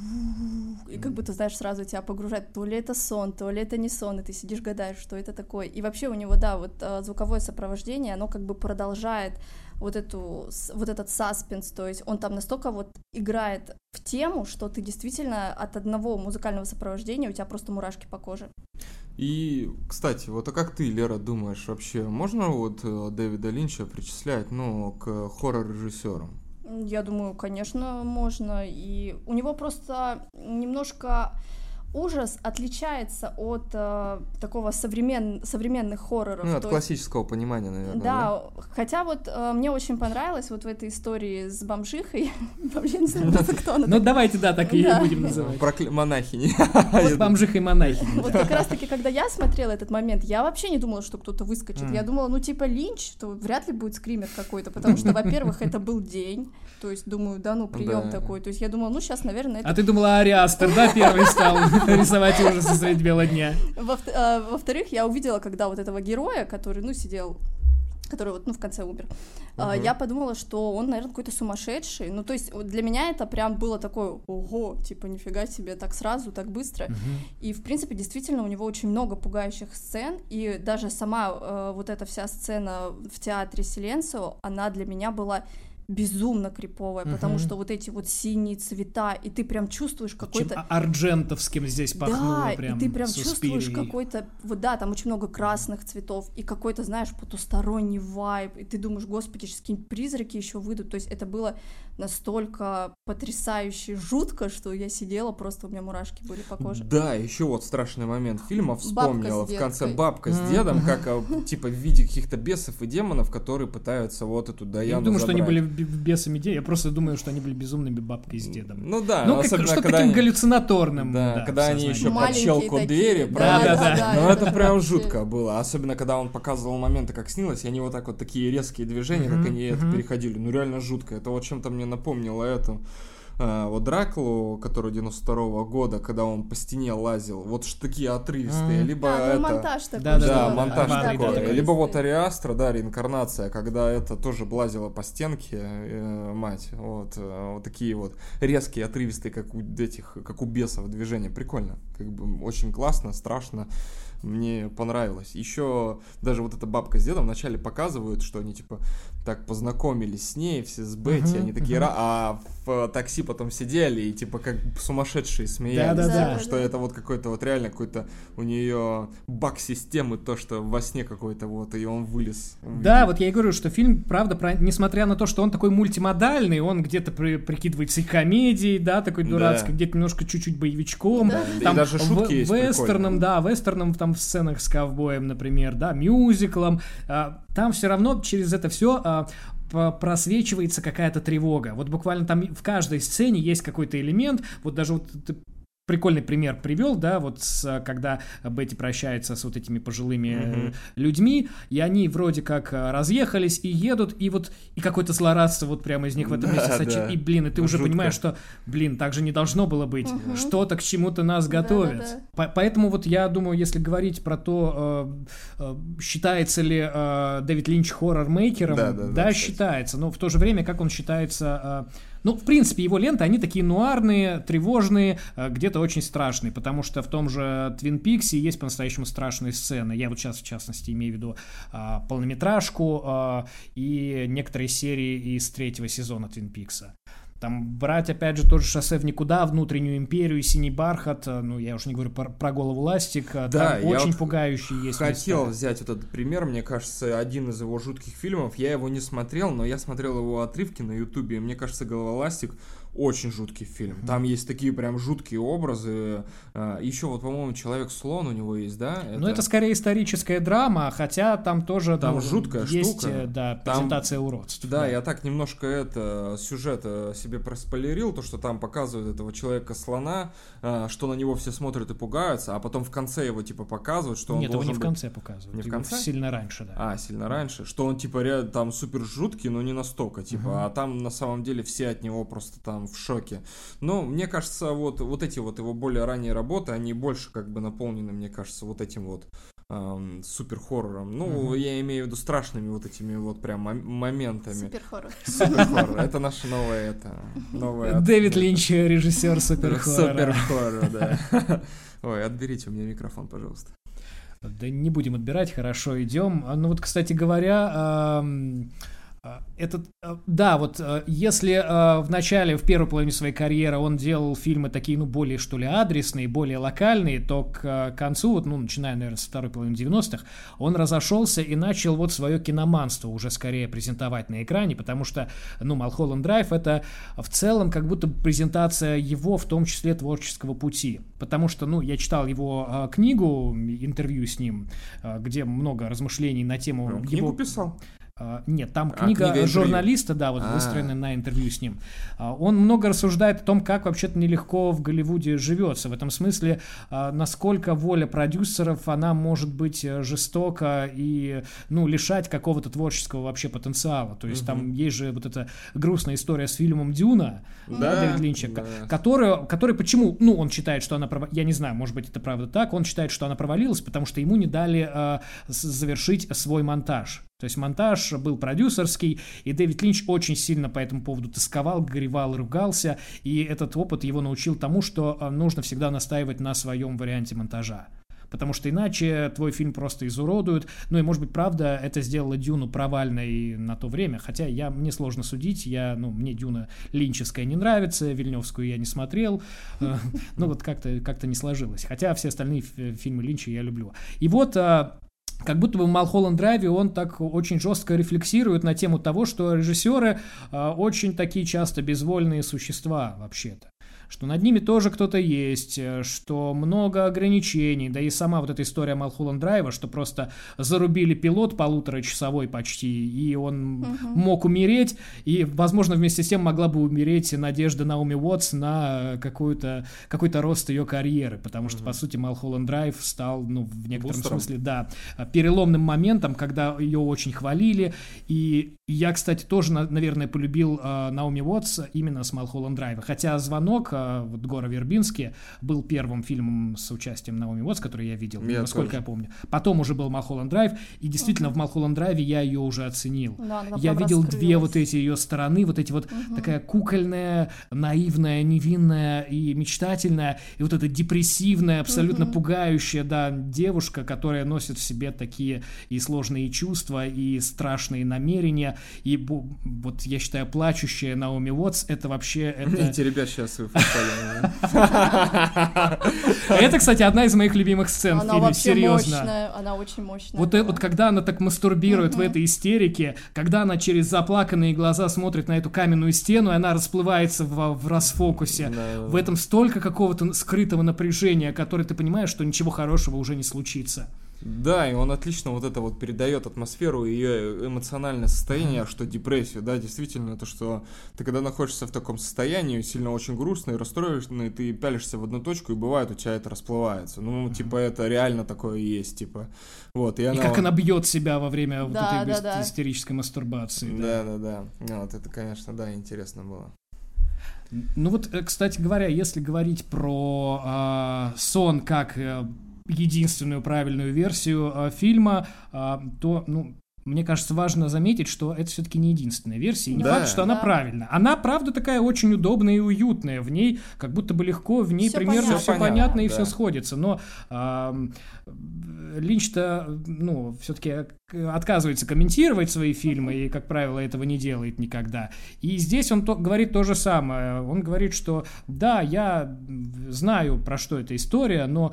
[SPEAKER 3] и как будто, знаешь, сразу тебя погружает, то ли это сон, то ли это не сон, и ты сидишь, гадаешь, что это такое. И вообще у него, да, вот звуковое сопровождение, оно как бы продолжает вот, эту, вот этот саспенс, то есть он там настолько вот играет в тему, что ты действительно от одного музыкального сопровождения у тебя просто мурашки по коже.
[SPEAKER 2] И, кстати, вот а как ты, Лера, думаешь, вообще можно вот Дэвида Линча причислять, ну, к хоррор-режиссерам?
[SPEAKER 3] Я думаю, конечно, можно. И у него просто немножко ужас отличается от э, такого современ... современных хорроров.
[SPEAKER 2] Ну, от
[SPEAKER 3] То
[SPEAKER 2] классического
[SPEAKER 3] есть...
[SPEAKER 2] понимания, наверное.
[SPEAKER 3] Да, да? Хотя вот э, мне очень понравилось вот в этой истории с бомжихой. Вообще не знаю, кто она.
[SPEAKER 1] Ну, давайте, да, так и будем называть.
[SPEAKER 2] Монахини.
[SPEAKER 1] Вот бомжихой-монахини.
[SPEAKER 3] Вот как раз-таки, когда я смотрела этот момент, я вообще не думала, что кто-то выскочит. Я думала, ну, типа Линч, то вряд ли будет скример какой-то, потому что, во-первых, это был день. То есть, думаю, да, ну, прием такой. То есть, я думала, ну, сейчас, наверное, это...
[SPEAKER 1] А ты думала, Ари Астер, да, первый стал рисовать ужасы средь бела дня?
[SPEAKER 3] Во-вторых, я увидела, когда вот этого героя, который, ну, сидел... который вот, ну, в конце умер, uh-huh. я подумала, что он, наверное, какой-то сумасшедший. Ну, то есть для меня это прям было такое, ого, типа, нифига себе, так сразу, так быстро. Uh-huh. И, в принципе, действительно, у него очень много пугающих сцен, и даже сама э, вот эта вся сцена в театре Силенцио, она для меня была безумно криповая, uh-huh. потому что вот эти вот синие цвета, и ты прям чувствуешь какой-то...
[SPEAKER 1] Чем арджентовским здесь пахнуло,
[SPEAKER 3] да,
[SPEAKER 1] прям
[SPEAKER 3] и ты прям
[SPEAKER 1] Суспирии.
[SPEAKER 3] чувствуешь какой-то... Вот да, там очень много красных цветов, и какой-то, знаешь, потусторонний вайб, и ты думаешь, господи, сейчас какие-нибудь призраки еще выйдут, то есть это было настолько потрясающе жутко, что я сидела, просто у меня мурашки были по коже.
[SPEAKER 2] Да, еще вот страшный момент фильма вспомнила, в конце бабка с
[SPEAKER 1] Mm-hmm.
[SPEAKER 2] дедом, как типа в виде каких-то бесов и демонов, которые пытаются вот эту Даяну
[SPEAKER 1] Я не думаю,
[SPEAKER 2] забрать.
[SPEAKER 1] что они были бесами де, я просто думаю, что они были безумными бабкой с дедом.
[SPEAKER 2] Ну да,
[SPEAKER 1] ну,
[SPEAKER 2] особенно
[SPEAKER 1] как, что
[SPEAKER 2] когда
[SPEAKER 1] таким
[SPEAKER 2] они...
[SPEAKER 1] галлюцинаторным.
[SPEAKER 2] Да,
[SPEAKER 1] да,
[SPEAKER 2] когда они еще под щелку
[SPEAKER 3] такие,
[SPEAKER 2] двери,
[SPEAKER 3] да,
[SPEAKER 2] правда?
[SPEAKER 1] да, да,
[SPEAKER 3] да,
[SPEAKER 2] Ну
[SPEAKER 3] это
[SPEAKER 2] это прям
[SPEAKER 3] вообще...
[SPEAKER 2] жутко было, особенно когда он показывал моменты, как снилось, и они вот так вот такие резкие движения,
[SPEAKER 1] Mm-hmm.
[SPEAKER 2] как они это
[SPEAKER 1] Mm-hmm.
[SPEAKER 2] переходили, ну реально жутко, это вот чем-то мне напомнило эту... А, вот Дракулу, который девяносто второго года, когда он по стене лазил, вот ж такие отрывистые,
[SPEAKER 1] Mm.
[SPEAKER 2] либо
[SPEAKER 3] Да, ну,
[SPEAKER 2] это...
[SPEAKER 3] монтаж такой.
[SPEAKER 1] Да,
[SPEAKER 2] Да,
[SPEAKER 1] да,
[SPEAKER 2] да, монтаж
[SPEAKER 1] да,
[SPEAKER 2] такой.
[SPEAKER 1] да, да,
[SPEAKER 2] Либо вот Ариастра, да, реинкарнация, когда это тоже блазило по стенке, э, мать. Вот, э, вот такие вот резкие, отрывистые, как у этих, как у бесов движения. Прикольно. Как бы очень классно, страшно. Мне понравилось. Еще даже вот эта бабка с дедом вначале показывают, что они типа так познакомились с ней, все с Бетти,
[SPEAKER 1] Uh-huh,
[SPEAKER 2] они такие,
[SPEAKER 1] uh-huh.
[SPEAKER 2] а в такси потом сидели и типа как сумасшедшие смеялись,
[SPEAKER 1] Да-да-да.
[SPEAKER 2] что это вот какой-то вот реально какой-то у нее баг системы, то, что во сне какой-то вот, и он вылез.
[SPEAKER 1] Да, вот я и говорю, что фильм, правда, про... несмотря на то, что он такой мультимодальный, он где-то при... прикидывается и комедией, да, такой дурацкой,
[SPEAKER 2] да.
[SPEAKER 1] где-то немножко чуть-чуть боевичком.
[SPEAKER 3] Да.
[SPEAKER 1] Там
[SPEAKER 2] и даже шутки
[SPEAKER 1] в...
[SPEAKER 2] есть
[SPEAKER 1] вестерном, да, вестерном там в сценах с ковбоем, например, да, мюзиклом. А, там все равно через это все а, просвечивается какая-то тревога. Вот буквально там в каждой сцене есть какой-то элемент, вот даже вот ты прикольный пример привел, да, вот с, когда Бетти прощается с вот этими пожилыми mm-hmm. людьми, и они вроде как разъехались и едут, и вот и какое-то злорадство вот прямо из них в этом месте
[SPEAKER 2] да,
[SPEAKER 1] сочи,
[SPEAKER 2] да.
[SPEAKER 1] и, блин, и ты
[SPEAKER 2] Ну,
[SPEAKER 1] уже
[SPEAKER 2] жутко.
[SPEAKER 1] понимаешь, что, блин, так же не должно было быть,
[SPEAKER 3] Mm-hmm.
[SPEAKER 1] что-то к чему-то нас готовят.
[SPEAKER 3] Да, да, да.
[SPEAKER 1] По- поэтому вот я думаю, если говорить про то, э, э, считается ли э, Дэвид Линч хоррор-мейкером,
[SPEAKER 2] Да, да, да,
[SPEAKER 1] да
[SPEAKER 2] кстати.
[SPEAKER 1] считается, но в то же время, как он считается... Э, ну, в принципе, его ленты, они такие нуарные, тревожные, э, где-то очень страшные, потому что в том же Твин Пиксе есть по-настоящему страшные сцены. Я вот сейчас, в частности, имею в виду э, полнометражку э, и некоторые серии из третьего сезона Твин Пикса. Там брать, опять же, тоже «Шоссе в никуда», «Внутреннюю империю», «Синий бархат», ну, я уже не говорю про, про «Голову ластик»,
[SPEAKER 2] Да,
[SPEAKER 1] там
[SPEAKER 2] я
[SPEAKER 1] очень
[SPEAKER 2] вот
[SPEAKER 1] пугающие есть
[SPEAKER 2] хотел
[SPEAKER 1] места.
[SPEAKER 2] взять вот этот пример, мне кажется, один из его жутких фильмов, я его не смотрел, но я смотрел его отрывки на ютубе, и мне кажется, «Голова ластик» очень жуткий фильм. Там mm. есть такие прям жуткие образы. Еще вот, по-моему, «Человек-слон» у него есть, да? Это...
[SPEAKER 1] Ну, это скорее историческая драма, хотя там тоже
[SPEAKER 2] там
[SPEAKER 1] ну,
[SPEAKER 2] жуткая
[SPEAKER 1] есть
[SPEAKER 2] штука.
[SPEAKER 1] Да,
[SPEAKER 2] там...
[SPEAKER 1] презентация уродств.
[SPEAKER 2] Да,
[SPEAKER 1] да,
[SPEAKER 2] я так немножко это сюжет себе проспойлерил, то, что там показывают этого Человека-слона, что на него все смотрят и пугаются, а потом в конце его типа показывают, что он
[SPEAKER 1] Нет, его
[SPEAKER 2] должен
[SPEAKER 1] не в
[SPEAKER 2] быть...
[SPEAKER 1] конце показывают.
[SPEAKER 2] Не в
[SPEAKER 1] его
[SPEAKER 2] конце?
[SPEAKER 1] Сильно раньше, да.
[SPEAKER 2] А, сильно раньше. Что он типа ряд, там супер жуткий, но не настолько, типа,
[SPEAKER 1] Uh-huh.
[SPEAKER 2] а там на самом деле все от него просто там в шоке. Но мне кажется, вот, вот эти вот его более ранние работы, они больше как бы наполнены, мне кажется, вот этим вот эм, супер-хоррором. Ну,
[SPEAKER 1] Uh-huh.
[SPEAKER 2] я имею в виду страшными вот этими вот прям мом- моментами.
[SPEAKER 3] Супер-хоррор.
[SPEAKER 2] Супер-хоррор. Это наше новое, это, новое...
[SPEAKER 1] Дэвид Линч, режиссер супер-хоррора.
[SPEAKER 2] Супер-хоррор, да. Ой, отберите у меня микрофон, пожалуйста.
[SPEAKER 1] Да не будем отбирать, хорошо, идем. Ну вот, кстати говоря, эм, этот, да, вот если э, в начале, в первой половине своей карьеры он делал фильмы такие, ну, более, что ли, адресные, более локальные, то к э, концу, вот, ну, начиная, наверное, со второй половины девяностых, он разошелся и начал вот свое киноманство уже скорее презентовать на экране, потому что, ну, Малхолланд Драйв — это в целом как будто презентация его, в том числе, творческого пути, потому что, ну, я читал его э, книгу, интервью с ним, э, где много размышлений на тему
[SPEAKER 2] Он
[SPEAKER 1] его...
[SPEAKER 2] книгу писал?
[SPEAKER 1] Uh, нет, там
[SPEAKER 2] а,
[SPEAKER 1] книга,
[SPEAKER 2] книга
[SPEAKER 1] журналиста, да, вот
[SPEAKER 2] А-а-а.
[SPEAKER 1] выстроенная на интервью с ним. Uh, он много рассуждает о том, как вообще-то нелегко в Голливуде живется. В этом смысле, uh, насколько воля продюсеров, она может быть жестока и, ну, лишать какого-то творческого вообще потенциала. То есть угу. там есть же вот эта грустная история с фильмом «Дюна»,
[SPEAKER 2] да,
[SPEAKER 1] Дэвид Линча,
[SPEAKER 2] да.
[SPEAKER 1] который, который почему, ну, он считает, что она провалилась, я не знаю, может быть, это правда так, он считает, что она провалилась, потому что ему не дали uh, завершить свой монтаж. То есть монтаж был продюсерский, и Дэвид Линч очень сильно по этому поводу тосковал, горевал, ругался, и этот опыт его научил тому, что нужно всегда настаивать на своем варианте монтажа. потому что иначе твой фильм просто изуродуют. Ну и, может быть, правда, это сделало Дюну провальной на то время, хотя я, мне сложно судить, я, ну, мне Дюна линчевская не нравится, Вильнёвскую я не смотрел, ну вот как-то, как-то не сложилось, хотя все остальные фильмы Линча я люблю. И вот как будто бы в Малхолланд-Драйве он так очень жестко рефлексирует на тему того, что режиссеры очень такие часто безвольные существа вообще-то. Что над ними тоже кто-то есть, что много ограничений, да и сама вот эта история Малхолланд-Драйва, что просто зарубили пилот полуторачасовой почти, и он угу. мог умереть, и, возможно, вместе с тем могла бы умереть Надежда Наоми Уотс на какой-то, какой-то рост ее карьеры, потому что, угу. по сути, Малхолланд-Драйв стал, ну, в некотором Бустером. смысле, да, переломным моментом, когда ее очень хвалили, и я, кстати, тоже, наверное, полюбил э, Наоми Уотс именно с Малхолланд-Драйва, хотя «Звонок», вот «Гора Вербински» был первым фильмом с участием Наоми Уотс, который я видел, я насколько тоже. я помню. Потом уже был «Малхолланд-Драйв», и действительно uh-huh. в «Малхолланд-Драйве» я ее уже оценил. Да, я видел две вот эти ее стороны, вот эти вот uh-huh. такая кукольная, наивная, невинная и мечтательная, и вот эта депрессивная, абсолютно uh-huh. пугающая, да, девушка, которая носит в себе такие и сложные чувства, и страшные намерения, и вот я считаю, плачущая Наоми Уотс, это вообще...
[SPEAKER 2] Эти ребят сейчас вы
[SPEAKER 1] Это, кстати, одна из моих любимых сцен в фильме, серьезно.
[SPEAKER 3] Мощная, она очень мощная.
[SPEAKER 1] Вот, вот когда она так мастурбирует в этой истерике, когда она через заплаканные глаза смотрит на эту каменную стену, и она расплывается в, в расфокусе, в этом столько какого-то скрытого напряжения, которое ты понимаешь, что ничего хорошего уже не случится.
[SPEAKER 2] Да, и он отлично вот это вот передает атмосферу, ее эмоциональное состояние, mm-hmm. что депрессию, да, действительно, то, что ты когда находишься в таком состоянии, сильно очень грустный, расстроенный, ты пялишься в одну точку, и бывает у тебя это расплывается. Ну, mm-hmm. типа, это реально такое и есть, типа. Вот, и,
[SPEAKER 1] и
[SPEAKER 2] она...
[SPEAKER 1] как она бьет себя во время да, вот этой
[SPEAKER 3] да, да.
[SPEAKER 1] истерической мастурбации.
[SPEAKER 2] Да, да, да. да. Вот это, конечно, да, интересно было.
[SPEAKER 1] Ну вот, кстати говоря, если говорить про э, сон как... Э, единственную правильную версию э, фильма, э, то, ну, мне кажется, важно заметить, что это все-таки не единственная версия, и не да. факт, что она да. правильная. Она, правда, такая очень удобная и уютная, в ней как будто бы легко, в ней все примерно понятно. все понятно, понятно и да. все сходится, но э, Линч-то, ну, все-таки отказывается комментировать свои фильмы и, как правило, этого не делает никогда. И здесь он то, говорит то же самое. Он говорит, что да, я знаю, про что эта история, но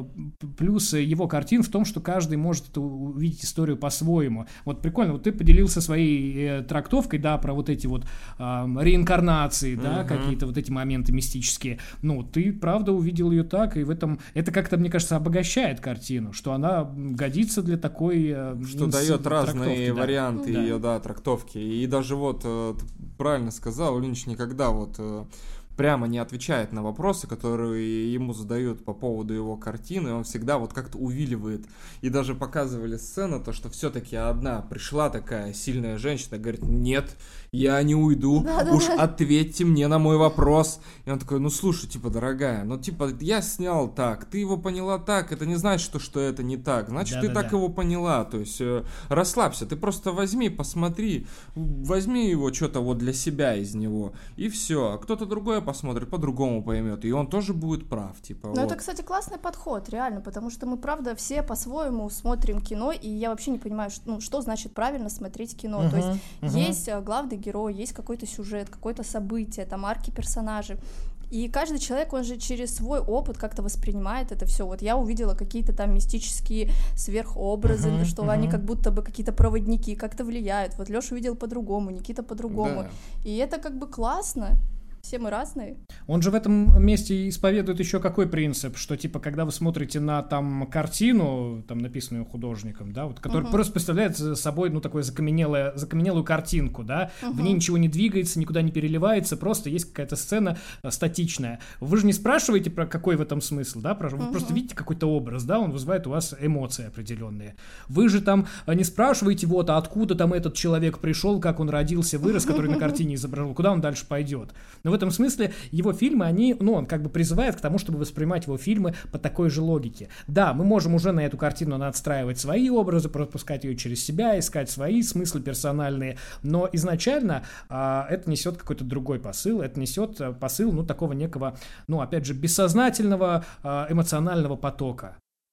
[SPEAKER 1] плюс его картин в том, что каждый может увидеть историю по-своему. Вот прикольно, вот ты поделился своей э, трактовкой, да, про вот эти вот э, реинкарнации, да, uh-huh. какие-то вот эти моменты мистические. Ну, ты, правда, увидел ее так, и в этом... Это как-то, мне кажется, обогащает картину, что она годится для такой... Э,
[SPEAKER 2] что дает разные да. варианты да. ее, да, трактовки. И даже вот, ты правильно сказал, Линч никогда вот прямо не отвечает на вопросы, которые ему задают по поводу его картины, он всегда вот как-то увиливает. И даже показывали сцену, то, что все-таки одна пришла такая сильная женщина, говорит, нет, я не уйду, да, уж да, ответьте мне на мой вопрос. И он такой, ну слушай, типа, дорогая, ну типа, я снял так, ты его поняла так, это не значит, что, что это не так, значит, да, ты да, так да. его поняла, то есть э, расслабься, ты просто возьми, посмотри, возьми его что-то вот для себя из него, и все, а кто-то другой посмотрит, по-другому поймет, и он тоже будет прав, типа.
[SPEAKER 3] Ну вот. Это, кстати, классный подход, реально, потому что мы, правда, все по-своему смотрим кино, и я вообще не понимаю, что, ну, что значит правильно смотреть кино, uh-huh, то есть uh-huh. есть главный герой, есть какой-то сюжет, какое-то событие, там арки персонажей. И каждый человек, он же через свой опыт как-то воспринимает это все. Вот я увидела какие-то там мистические сверхобразы, uh-huh, что uh-huh. они как будто бы какие-то проводники, как-то влияют. Вот Лёша увидел по-другому, Никита по-другому. Да. И это как бы классно. Все мы разные.
[SPEAKER 1] Он же в этом месте исповедует еще какой принцип, что типа когда вы смотрите на там картину, там написанную художником, да, вот, которая uh-huh. просто представляет собой ну такую закаменелую, закаменелую картинку, да, uh-huh. в ней ничего не двигается, никуда не переливается, просто есть какая-то сцена а, статичная. Вы же не спрашиваете про какой в этом смысл, да, про, вы uh-huh. просто видите какой-то образ, да, он вызывает у вас эмоции определенные. Вы же там не спрашиваете вот, а откуда там этот человек пришел, как он родился, вырос, который на картине изображен, куда он дальше пойдет. Но в этом смысле его фильмы, они, ну, он как бы призывает к тому, чтобы воспринимать его фильмы по такой же логике. Да, мы можем уже на эту картину надстраивать свои образы, пропускать ее через себя, искать свои смыслы персональные, но изначально а, это несет какой-то другой посыл, это несет посыл, ну, такого некого, ну, опять же, бессознательного а, эмоционального потока.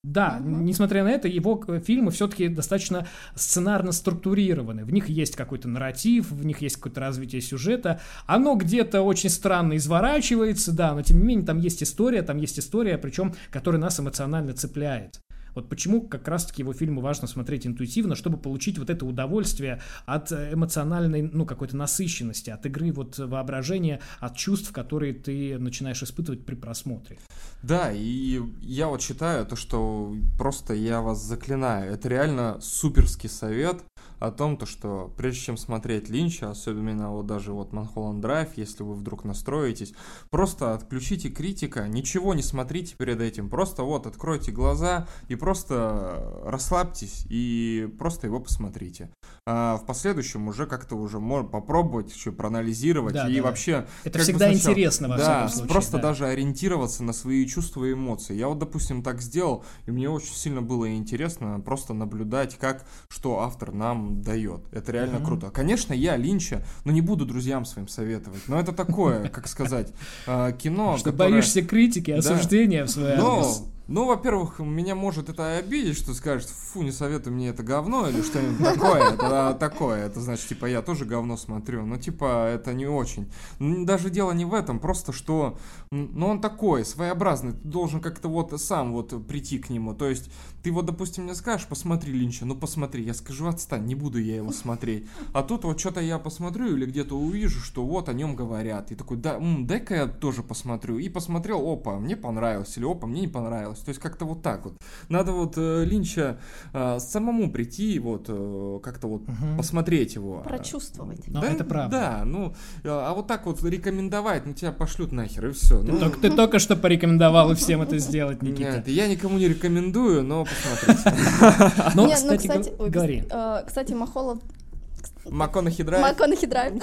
[SPEAKER 1] Да,
[SPEAKER 3] Угу.
[SPEAKER 1] несмотря на это, его фильмы все-таки достаточно сценарно структурированы. В них есть какой-то нарратив, в них есть какое-то развитие сюжета. Оно где-то очень странно изворачивается, да, но тем не менее там есть история, там есть история, причем, которая нас эмоционально цепляет. Вот почему как раз-таки его фильмы важно смотреть интуитивно, чтобы получить вот это удовольствие от эмоциональной, ну, какой-то насыщенности, от игры вот воображения, от чувств, которые ты начинаешь испытывать при просмотре.
[SPEAKER 2] Да, и я вот считаю то, что просто я вас заклинаю, это реально суперский совет о том, то, что прежде чем смотреть Линча, особенно вот даже вот Малхолланд Драйв, если вы вдруг настроитесь, просто отключите критика, ничего не смотрите перед этим, просто вот откройте глаза и просто расслабьтесь и просто его посмотрите. А в последующем уже как-то уже можно попробовать еще проанализировать
[SPEAKER 1] Да,
[SPEAKER 2] и
[SPEAKER 1] да,
[SPEAKER 2] вообще...
[SPEAKER 1] это всегда сначала, интересно во
[SPEAKER 2] да,
[SPEAKER 1] всяком случае.
[SPEAKER 2] просто
[SPEAKER 1] да.
[SPEAKER 2] даже ориентироваться на свои чувства и эмоции. Я вот, допустим, так сделал, и мне очень сильно было интересно просто наблюдать, как, что автор нам дает. Это реально mm-hmm. круто. Конечно, я Линча, но не буду друзьям своим советовать. Но это такое, как сказать, кино,
[SPEAKER 1] что
[SPEAKER 2] которое...
[SPEAKER 1] боишься критики, осуждения в свой адрес.
[SPEAKER 2] Ну, во-первых, меня может это обидеть, что скажет, фу, не советуй мне это говно или что-нибудь такое. Это такое, это значит, типа, я тоже говно смотрю. Ну, типа, это не очень. Даже дело не в этом, просто что, ну, он такой, своеобразный. Ты должен как-то вот сам вот прийти к нему. То есть, ты вот, допустим, мне скажешь, посмотри Линча, ну, посмотри. Я скажу, отстань, не буду я его смотреть. А тут вот что-то я посмотрю или где-то увижу, что вот о нем говорят. И такой, да, м, дай-ка я тоже посмотрю. И посмотрел, опа, мне понравилось. Или опа, мне не понравилось. То есть как-то вот так вот. Надо вот э, Линча э, самому прийти, вот э, как-то вот угу. посмотреть его.
[SPEAKER 3] Прочувствовать.
[SPEAKER 1] Да,
[SPEAKER 3] Но
[SPEAKER 1] это правда.
[SPEAKER 2] Да, ну, а вот так вот рекомендовать, ну тебя пошлют нахер, и все.
[SPEAKER 1] Ты,
[SPEAKER 2] ну.
[SPEAKER 1] только, ты только что порекомендовал всем это сделать, Никита.
[SPEAKER 2] Нет, я никому не рекомендую, но посмотрите.
[SPEAKER 1] Ну, кстати, говори.
[SPEAKER 3] Кстати, Малхолланд...
[SPEAKER 2] МакКонахи Драйв.
[SPEAKER 3] МакКонахи Драйв.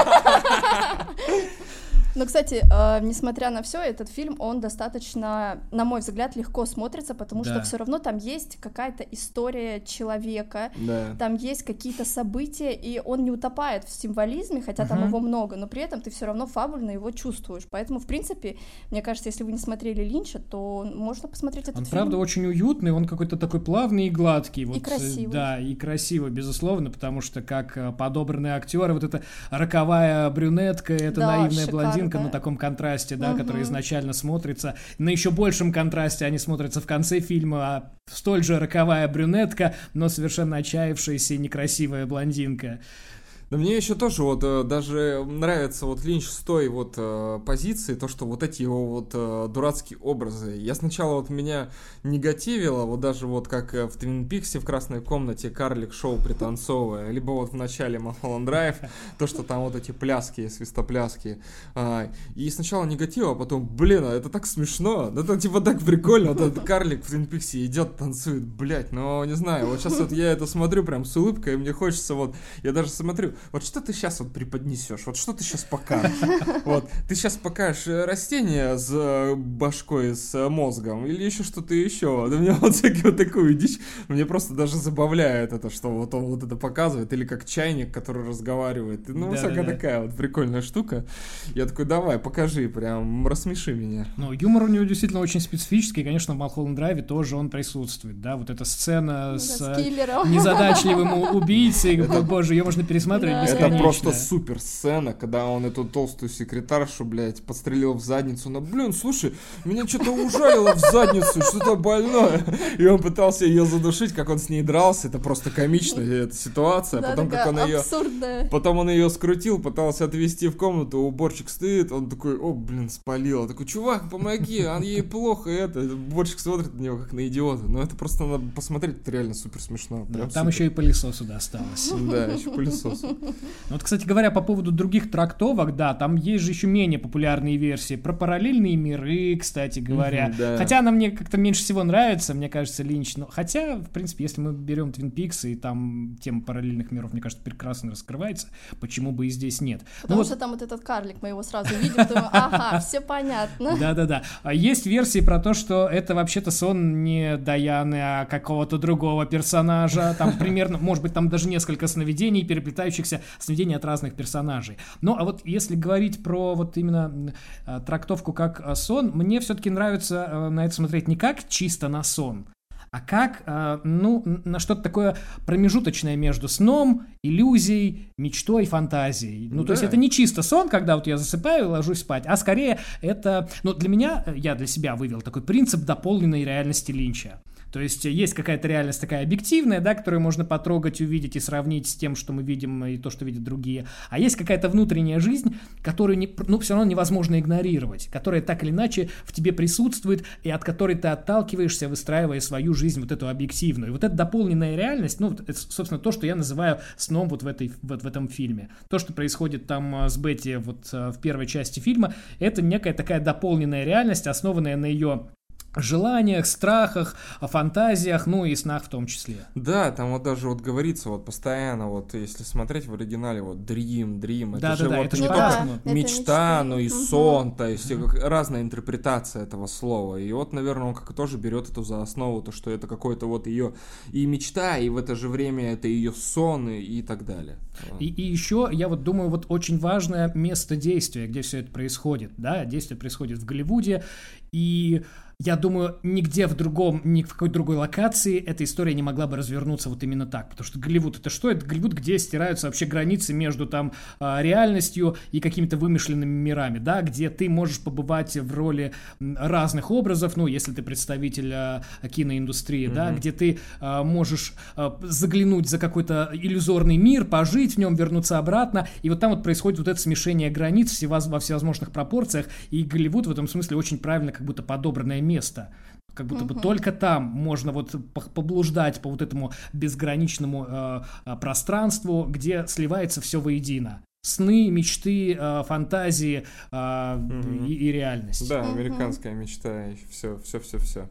[SPEAKER 3] Но, кстати, э, несмотря на все, этот фильм, он достаточно, на мой взгляд, легко смотрится, потому да. что все равно там есть какая-то история человека, да. там есть какие-то события, и он не утопает в символизме, хотя uh-huh. там его много, но при этом ты все равно фабульно его чувствуешь. Поэтому, в принципе, мне кажется, если вы не смотрели Линча, то можно посмотреть этот
[SPEAKER 1] он,
[SPEAKER 3] фильм.
[SPEAKER 1] Он, правда, очень уютный, он какой-то такой плавный и гладкий.
[SPEAKER 3] И
[SPEAKER 1] вот,
[SPEAKER 3] красивый.
[SPEAKER 1] Да, и красивый, безусловно, потому что как подобранные актеры, вот эта роковая брюнетка, эта да, наивная блондинка, на таком контрасте, да, угу. который изначально смотрится. На еще большем контрасте они смотрятся в конце фильма, а столь же роковая брюнетка, но совершенно отчаявшаяся и некрасивая блондинка.
[SPEAKER 2] Да мне еще тоже вот э, даже нравится вот Линч с той вот э, позиции, то, что вот эти его вот э, дурацкие образы. Я сначала вот меня негативило, вот даже вот как в Твин Пиксе в красной комнате карлик шоу пританцовывая, либо вот в начале Малхолланд Драйв, то, что там вот эти пляски, свистопляски. А, и сначала негатив, а потом, блин, это так смешно, это типа так прикольно, вот этот карлик в Твин Пиксе идет, танцует, блять, но не знаю, вот сейчас вот я это смотрю прям с улыбкой, и мне хочется вот, я даже смотрю, вот что ты сейчас вот преподнесешь, вот что ты сейчас покажешь, вот, ты сейчас покажешь растение с башкой, с мозгом, или еще что-то еще, да меня вот всякую вот такую дичь, мне просто даже забавляет это, что вот он вот это показывает, или как чайник, который разговаривает, ну, да, всякая да, такая да. вот прикольная штука, я такой, давай, покажи, прям рассмеши меня.
[SPEAKER 1] Ну, юмор у него действительно очень специфический, конечно, в Малхолланд Драйве тоже он присутствует, да, вот эта сцена да, с, с незадачливым убийцей, боже, ее можно пересматривать. Да.
[SPEAKER 2] Это просто супер сцена, когда он эту толстую секретаршу, блядь, подстрелил в задницу. Но, блин, слушай, меня что-то ужалило в задницу, что-то больное. И он пытался ее задушить, как он с ней дрался. Это просто комичная эта ситуация.
[SPEAKER 3] Да,
[SPEAKER 2] потом, как он ее, потом он ее скрутил, пытался отвезти в комнату, уборщик стоит, он такой, о, блин, спалил. Такой, чувак, помоги, он ей плохо, это. Уборщик смотрит на него, как на идиота. Но это просто надо посмотреть, это реально супер смешно.
[SPEAKER 1] Да, там супер. Еще и пылесосу досталось.
[SPEAKER 2] Да, еще пылесос.
[SPEAKER 1] Вот, кстати говоря, по поводу других трактовок, да, там есть же еще менее популярные версии про параллельные миры, кстати говоря. Mm-hmm, да. Хотя она мне как-то меньше всего нравится, мне кажется, Линч. Но, хотя, в принципе, если мы берем Твин Пикс, и там тема параллельных миров, мне кажется, прекрасно раскрывается, почему бы и здесь нет.
[SPEAKER 3] Потому
[SPEAKER 1] ну,
[SPEAKER 3] что
[SPEAKER 1] вот...
[SPEAKER 3] там вот этот карлик, мы его сразу видим, думаю, ага, все понятно.
[SPEAKER 1] Да-да-да. Есть версии про то, что это вообще-то сон не Даяны, а какого-то другого персонажа. Там примерно, может быть, там даже несколько сновидений, переплетающихся сновидений от разных персонажей. Ну, а вот если говорить про вот именно э, трактовку как э, сон, мне все-таки нравится э, на это смотреть не как чисто на сон, а как, э, ну, на что-то такое промежуточное между сном, иллюзией, мечтой, фантазией. Ну,
[SPEAKER 2] да.
[SPEAKER 1] то есть это не чисто сон, когда вот я засыпаю и ложусь спать, а скорее это, ну, для меня, я для себя вывел такой принцип дополненной реальности Линча. То есть есть какая-то реальность такая объективная, да, которую можно потрогать, увидеть и сравнить с тем, что мы видим, и то, что видят другие. А есть какая-то внутренняя жизнь, которую, не, ну, все равно невозможно игнорировать, которая так или иначе в тебе присутствует, и от которой ты отталкиваешься, выстраивая свою жизнь, вот эту объективную. И вот эта дополненная реальность, ну, это, собственно, то, что я называю сном вот в, этой, вот в этом фильме. То, что происходит там с Бетти вот в первой части фильма, это некая такая дополненная реальность, основанная на ее желаниях, страхах, фантазиях, ну и снах в том числе.
[SPEAKER 2] Да, там вот даже вот говорится вот постоянно, вот если смотреть в оригинале, вот dream, dream, это
[SPEAKER 1] да,
[SPEAKER 2] же
[SPEAKER 1] да, да,
[SPEAKER 2] вот
[SPEAKER 1] это
[SPEAKER 2] не
[SPEAKER 1] же
[SPEAKER 2] только
[SPEAKER 1] по-разному.
[SPEAKER 2] мечта, но и
[SPEAKER 3] Угу.
[SPEAKER 2] сон, то есть угу. разная интерпретация этого слова. И вот, наверное, он как тоже берет эту за основу, то, что это какой-то вот ее и мечта, и в это же время это ее сон и, и так далее.
[SPEAKER 1] И, и еще, я вот думаю, вот очень важное место действия, где все это происходит, да, действие происходит в Голливуде, и я думаю, нигде в другом, ни в какой другой локации эта история не могла бы развернуться вот именно так, потому что Голливуд — это что? Это Голливуд, где стираются вообще границы между там реальностью и какими-то вымышленными мирами, да, где ты можешь побывать в роли разных образов, ну, если ты представитель киноиндустрии, mm-hmm. да, где ты можешь заглянуть за какой-то иллюзорный мир, пожить в нем, вернуться обратно, и вот там вот происходит вот это смешение границ во всевозможных пропорциях, и Голливуд в этом смысле очень правильно как будто подобранное место. Как будто uh-huh. бы только там можно вот поблуждать по вот этому безграничному э, пространству, где сливается все воедино. Сны, мечты, э, фантазии э, uh-huh. и, и реальность.
[SPEAKER 2] Да, американская uh-huh. мечта, все, все, все, все.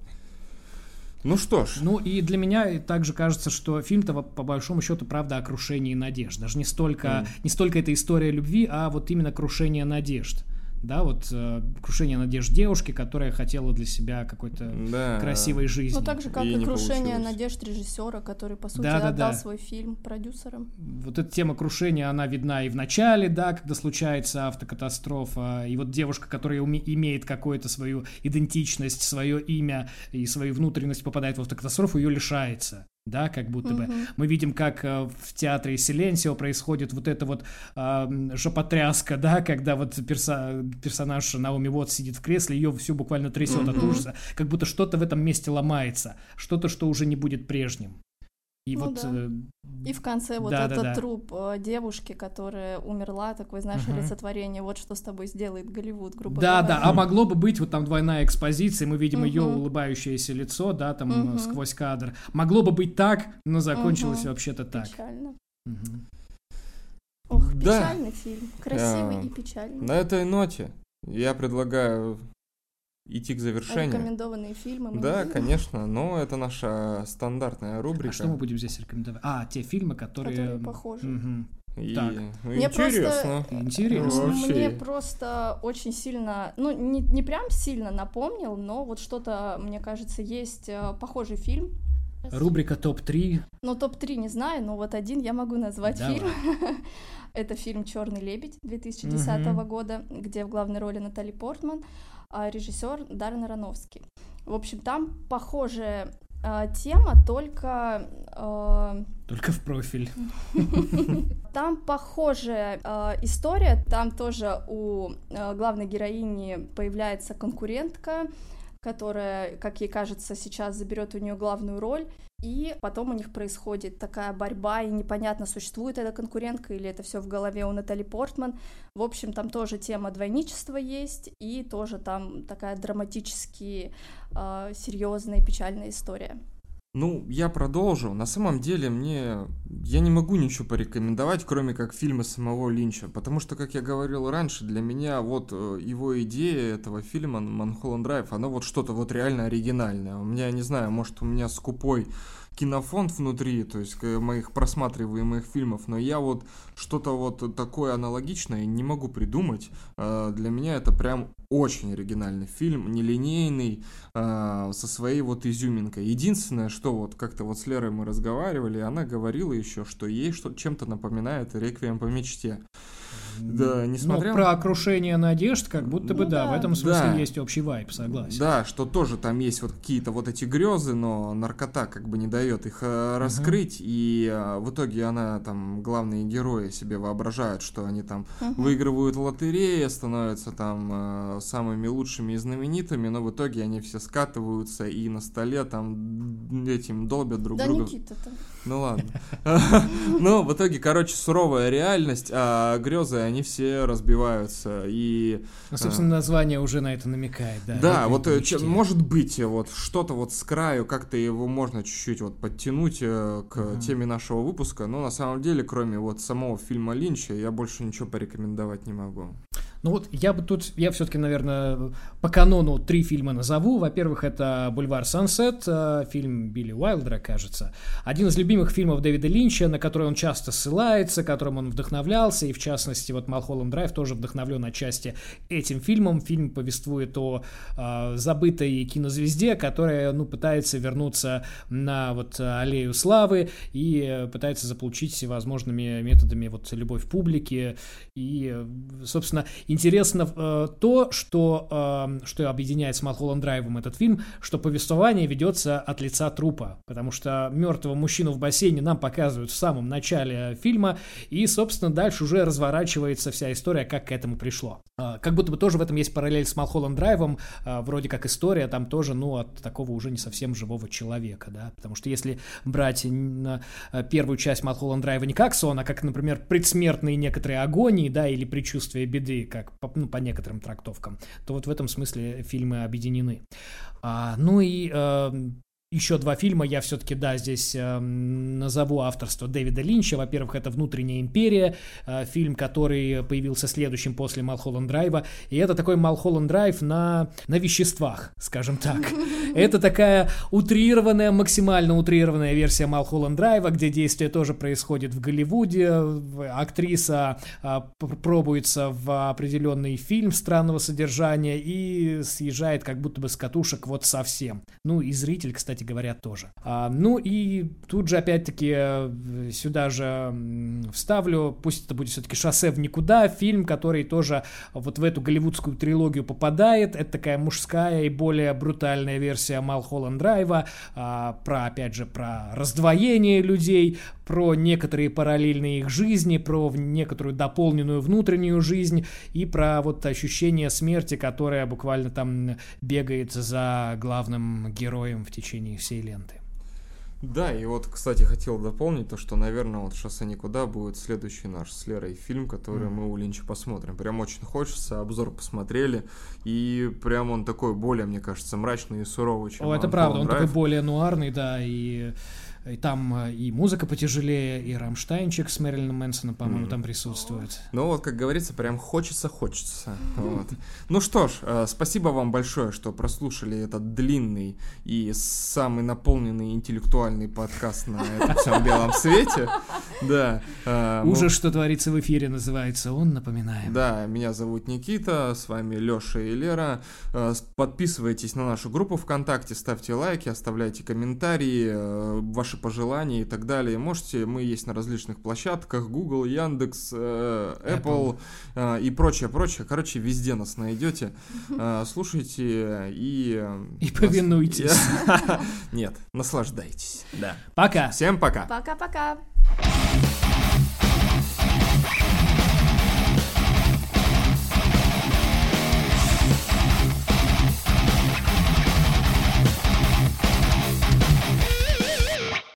[SPEAKER 2] Ну что ж.
[SPEAKER 1] Ну и для меня также кажется, что фильм-то по большому счету, правда, о крушении надежд. Даже не столько, mm. не столько это история любви, а вот именно крушение надежд. Да, вот э, крушение надежд девушки, которая хотела для себя какой-то да. красивой жизни.
[SPEAKER 3] Ну, так же, как и, и крушение надежд режиссера, который, по сути, да, да, отдал да. свой фильм продюсерам.
[SPEAKER 1] Вот эта тема крушения, она видна и в начале, да, когда случается автокатастрофа, и вот девушка, которая уме- имеет какую-то свою идентичность, свое имя и свою внутренность, попадает в автокатастрофу, ее лишается. Да, как будто бы. Uh-huh. Мы видим, как э, в театре Силенсио происходит вот эта вот э, жопотряска, да, когда вот перса- персонаж Наоми Уотс сидит в кресле, ее все буквально трясет uh-huh. от ужаса, как будто что-то в этом месте ломается, что-то, что уже не будет прежним. И
[SPEAKER 3] ну
[SPEAKER 1] вот...
[SPEAKER 3] Да.
[SPEAKER 1] Э,
[SPEAKER 3] и в конце вот
[SPEAKER 1] да,
[SPEAKER 3] этот
[SPEAKER 1] да, да.
[SPEAKER 3] труп э, девушки, которая умерла, такое, знаешь, uh-huh. олицетворение, вот что с тобой сделает Голливуд, грубо
[SPEAKER 1] да,
[SPEAKER 3] говоря.
[SPEAKER 1] Да, да, а могло бы быть вот там двойная экспозиция, мы видим uh-huh. ее улыбающееся лицо, да, там uh-huh. сквозь кадр. Могло бы быть так, но закончилось uh-huh. вообще-то так.
[SPEAKER 3] Печально.
[SPEAKER 1] Uh-huh.
[SPEAKER 3] Ох,
[SPEAKER 2] да.
[SPEAKER 3] печальный фильм, красивый
[SPEAKER 2] а,
[SPEAKER 3] и печальный.
[SPEAKER 2] На этой ноте я предлагаю... идти к завершению.
[SPEAKER 3] Рекомендованные фильмы. Мы
[SPEAKER 2] да, конечно, но это наша стандартная рубрика.
[SPEAKER 1] А что мы будем здесь рекомендовать? А, те фильмы, которые...
[SPEAKER 3] Которые похожи.
[SPEAKER 1] Угу.
[SPEAKER 2] И...
[SPEAKER 1] Так.
[SPEAKER 3] Мне
[SPEAKER 2] интересно.
[SPEAKER 3] Просто...
[SPEAKER 1] Интересно.
[SPEAKER 3] Мне просто очень сильно, ну, не, не прям сильно напомнил, но вот что-то, мне кажется, есть похожий фильм.
[SPEAKER 1] Рубрика топ три.
[SPEAKER 3] Ну, топ три не знаю, но вот один я могу назвать
[SPEAKER 1] Давай.
[SPEAKER 3] фильм. Это фильм «Черный лебедь» две тысячи десятого
[SPEAKER 1] угу.
[SPEAKER 3] года, где в главной роли Натали Портман, а режиссер Даррен Аронофски. В общем, там похожая э, тема, только... Э,
[SPEAKER 1] только в профиль.
[SPEAKER 3] Там похожая э, история, там тоже у э, главной героини появляется конкурентка, которая, как ей кажется, сейчас заберет у нее главную роль, и потом у них происходит такая борьба, и непонятно, существует эта конкурентка или это все в голове у Натали Портман. В общем, там тоже тема двойничества есть, и тоже там такая драматически э, серьезная и печальная история.
[SPEAKER 2] Ну, я продолжу. На самом деле, мне... Я не могу ничего порекомендовать, кроме как фильмы самого Линча, потому что, как я говорил раньше, для меня вот его идея этого фильма «Малхолланд Драйв», она вот что-то вот реально оригинальное. У меня, не знаю, может, у меня скупой кинофонд внутри, то есть моих просматриваемых фильмов, но я вот что-то вот такое аналогичное не могу придумать. Для меня это прям очень оригинальный фильм, нелинейный, со своей вот изюминкой. Единственное, что вот как-то вот с Лерой мы разговаривали, она говорила еще, что ей что чем-то напоминает «Реквием по мечте». Да, несмотря...
[SPEAKER 1] Ну, про крушение надежд, как будто бы,
[SPEAKER 3] ну,
[SPEAKER 1] да,
[SPEAKER 3] да,
[SPEAKER 1] в этом смысле
[SPEAKER 2] да.
[SPEAKER 1] есть общий вайб, согласен.
[SPEAKER 2] Да, что тоже там есть вот какие-то вот эти грезы, но наркота как бы не дает их э, раскрыть, uh-huh. и э, в итоге она там, главные герои себе воображают, что они там uh-huh. выигрывают лотереи, становятся там э, самыми лучшими и знаменитыми, но в итоге они все скатываются и на столе там этим долбят друг
[SPEAKER 3] да,
[SPEAKER 2] друга.
[SPEAKER 3] Никита-то.
[SPEAKER 2] Ну ладно. Ну, в итоге, короче, суровая реальность, а грезы, они все разбиваются. И,
[SPEAKER 1] ну, собственно, название уже на это намекает, да.
[SPEAKER 2] Да, вот может быть, вот что-то вот с краю, как-то его можно чуть-чуть вот подтянуть к uh-huh. теме нашего выпуска, но на самом деле, кроме вот самого фильма Линча, я больше ничего порекомендовать не могу.
[SPEAKER 1] Ну вот я бы тут, я все-таки, наверное, по канону три фильма назову. Во-первых, это «Бульвар Сансет», фильм Билли Уайлдера, кажется. Один из любимых фильмов Дэвида Линча, на который он часто ссылается, которым он вдохновлялся, и в частности, вот «Малхолланд Драйв» тоже вдохновлен отчасти этим фильмом. Фильм повествует о э, забытой кинозвезде, которая, ну, пытается вернуться на вот аллею славы и пытается заполучить всевозможными методами вот любовь публики. И, собственно, интересно э, то, что, э, что объединяет с «Малхолланд Драйвом» этот фильм, что повествование ведется от лица трупа, потому что мертвого мужчину в бассейне нам показывают в самом начале фильма, и, собственно, дальше уже разворачивается вся история, как к этому пришло. Э, как будто бы тоже в этом есть параллель с «Малхолланд Драйвом», э, вроде как история там тоже, ну, от такого уже не совсем живого человека, да, потому что если брать э, первую часть «Малхолланд Драйва» не как сон, а как, например, предсмертные некоторые агонии, да, или предчувствие беды, как по, ну, по некоторым трактовкам, то вот в этом смысле фильмы объединены. А, ну и э, еще два фильма я все-таки, да, здесь э, назову авторство Дэвида Линча. Во-первых, это «Внутренняя империя», э, фильм, который появился следующим после «Малхолланд Драйва», и это такой «Малхолланд Драйв» на, на веществах, скажем так. Это такая утрированная, максимально утрированная версия «Малхолланд Драйва», где действие тоже происходит в Голливуде, актриса э, пробуется в определенный фильм странного содержания и съезжает как будто бы с катушек вот совсем. Ну и зритель, кстати говоря, тоже. А, ну и тут же опять-таки сюда же вставлю, пусть это будет все-таки «Шоссе в никуда», фильм, который тоже вот в эту голливудскую трилогию попадает. Это такая мужская и более брутальная версия «Малхолланд Драйва», а, про, опять же, про раздвоение людей, про некоторые параллельные их жизни, про некоторую дополненную внутреннюю жизнь и про вот ощущение смерти, которое буквально там бегает за главным героем в течение всей ленты.
[SPEAKER 2] Да, и вот, кстати, хотел дополнить то, что, наверное, вот «Шоссе никуда» будет следующий наш с Лерой фильм, который mm. мы у Линча посмотрим. Прям очень хочется, обзор посмотрели, и прям он такой более, мне кажется, мрачный и суровый, чем
[SPEAKER 1] О, это правда, он такой более нуарный, да, и... И там и музыка потяжелее, и Рамштайнчик с Мэрилином Мэнсоном, по-моему, mm. там присутствует.
[SPEAKER 2] Ну вот, как говорится, прям хочется-хочется. Вот. Ну что ж, э, спасибо вам большое, что прослушали этот длинный и самый наполненный интеллектуальный подкаст на этом всем белом свете. Да. Э,
[SPEAKER 1] Ужас, мы... что творится в эфире, называется он, напоминаем.
[SPEAKER 2] Да, меня зовут Никита, с вами Леша и Лера. Э, подписывайтесь на нашу группу ВКонтакте, ставьте лайки, оставляйте комментарии, э, ваши пожелания и так далее. Можете, мы есть на различных площадках: Google, Яндекс, э, Apple, Apple. Э, и прочее, прочее. Короче, везде нас найдете. Э, слушайте и...
[SPEAKER 1] И повинуйтесь.
[SPEAKER 2] Нет, наслаждайтесь. Да.
[SPEAKER 1] Пока.
[SPEAKER 2] Всем пока.
[SPEAKER 3] Пока-пока.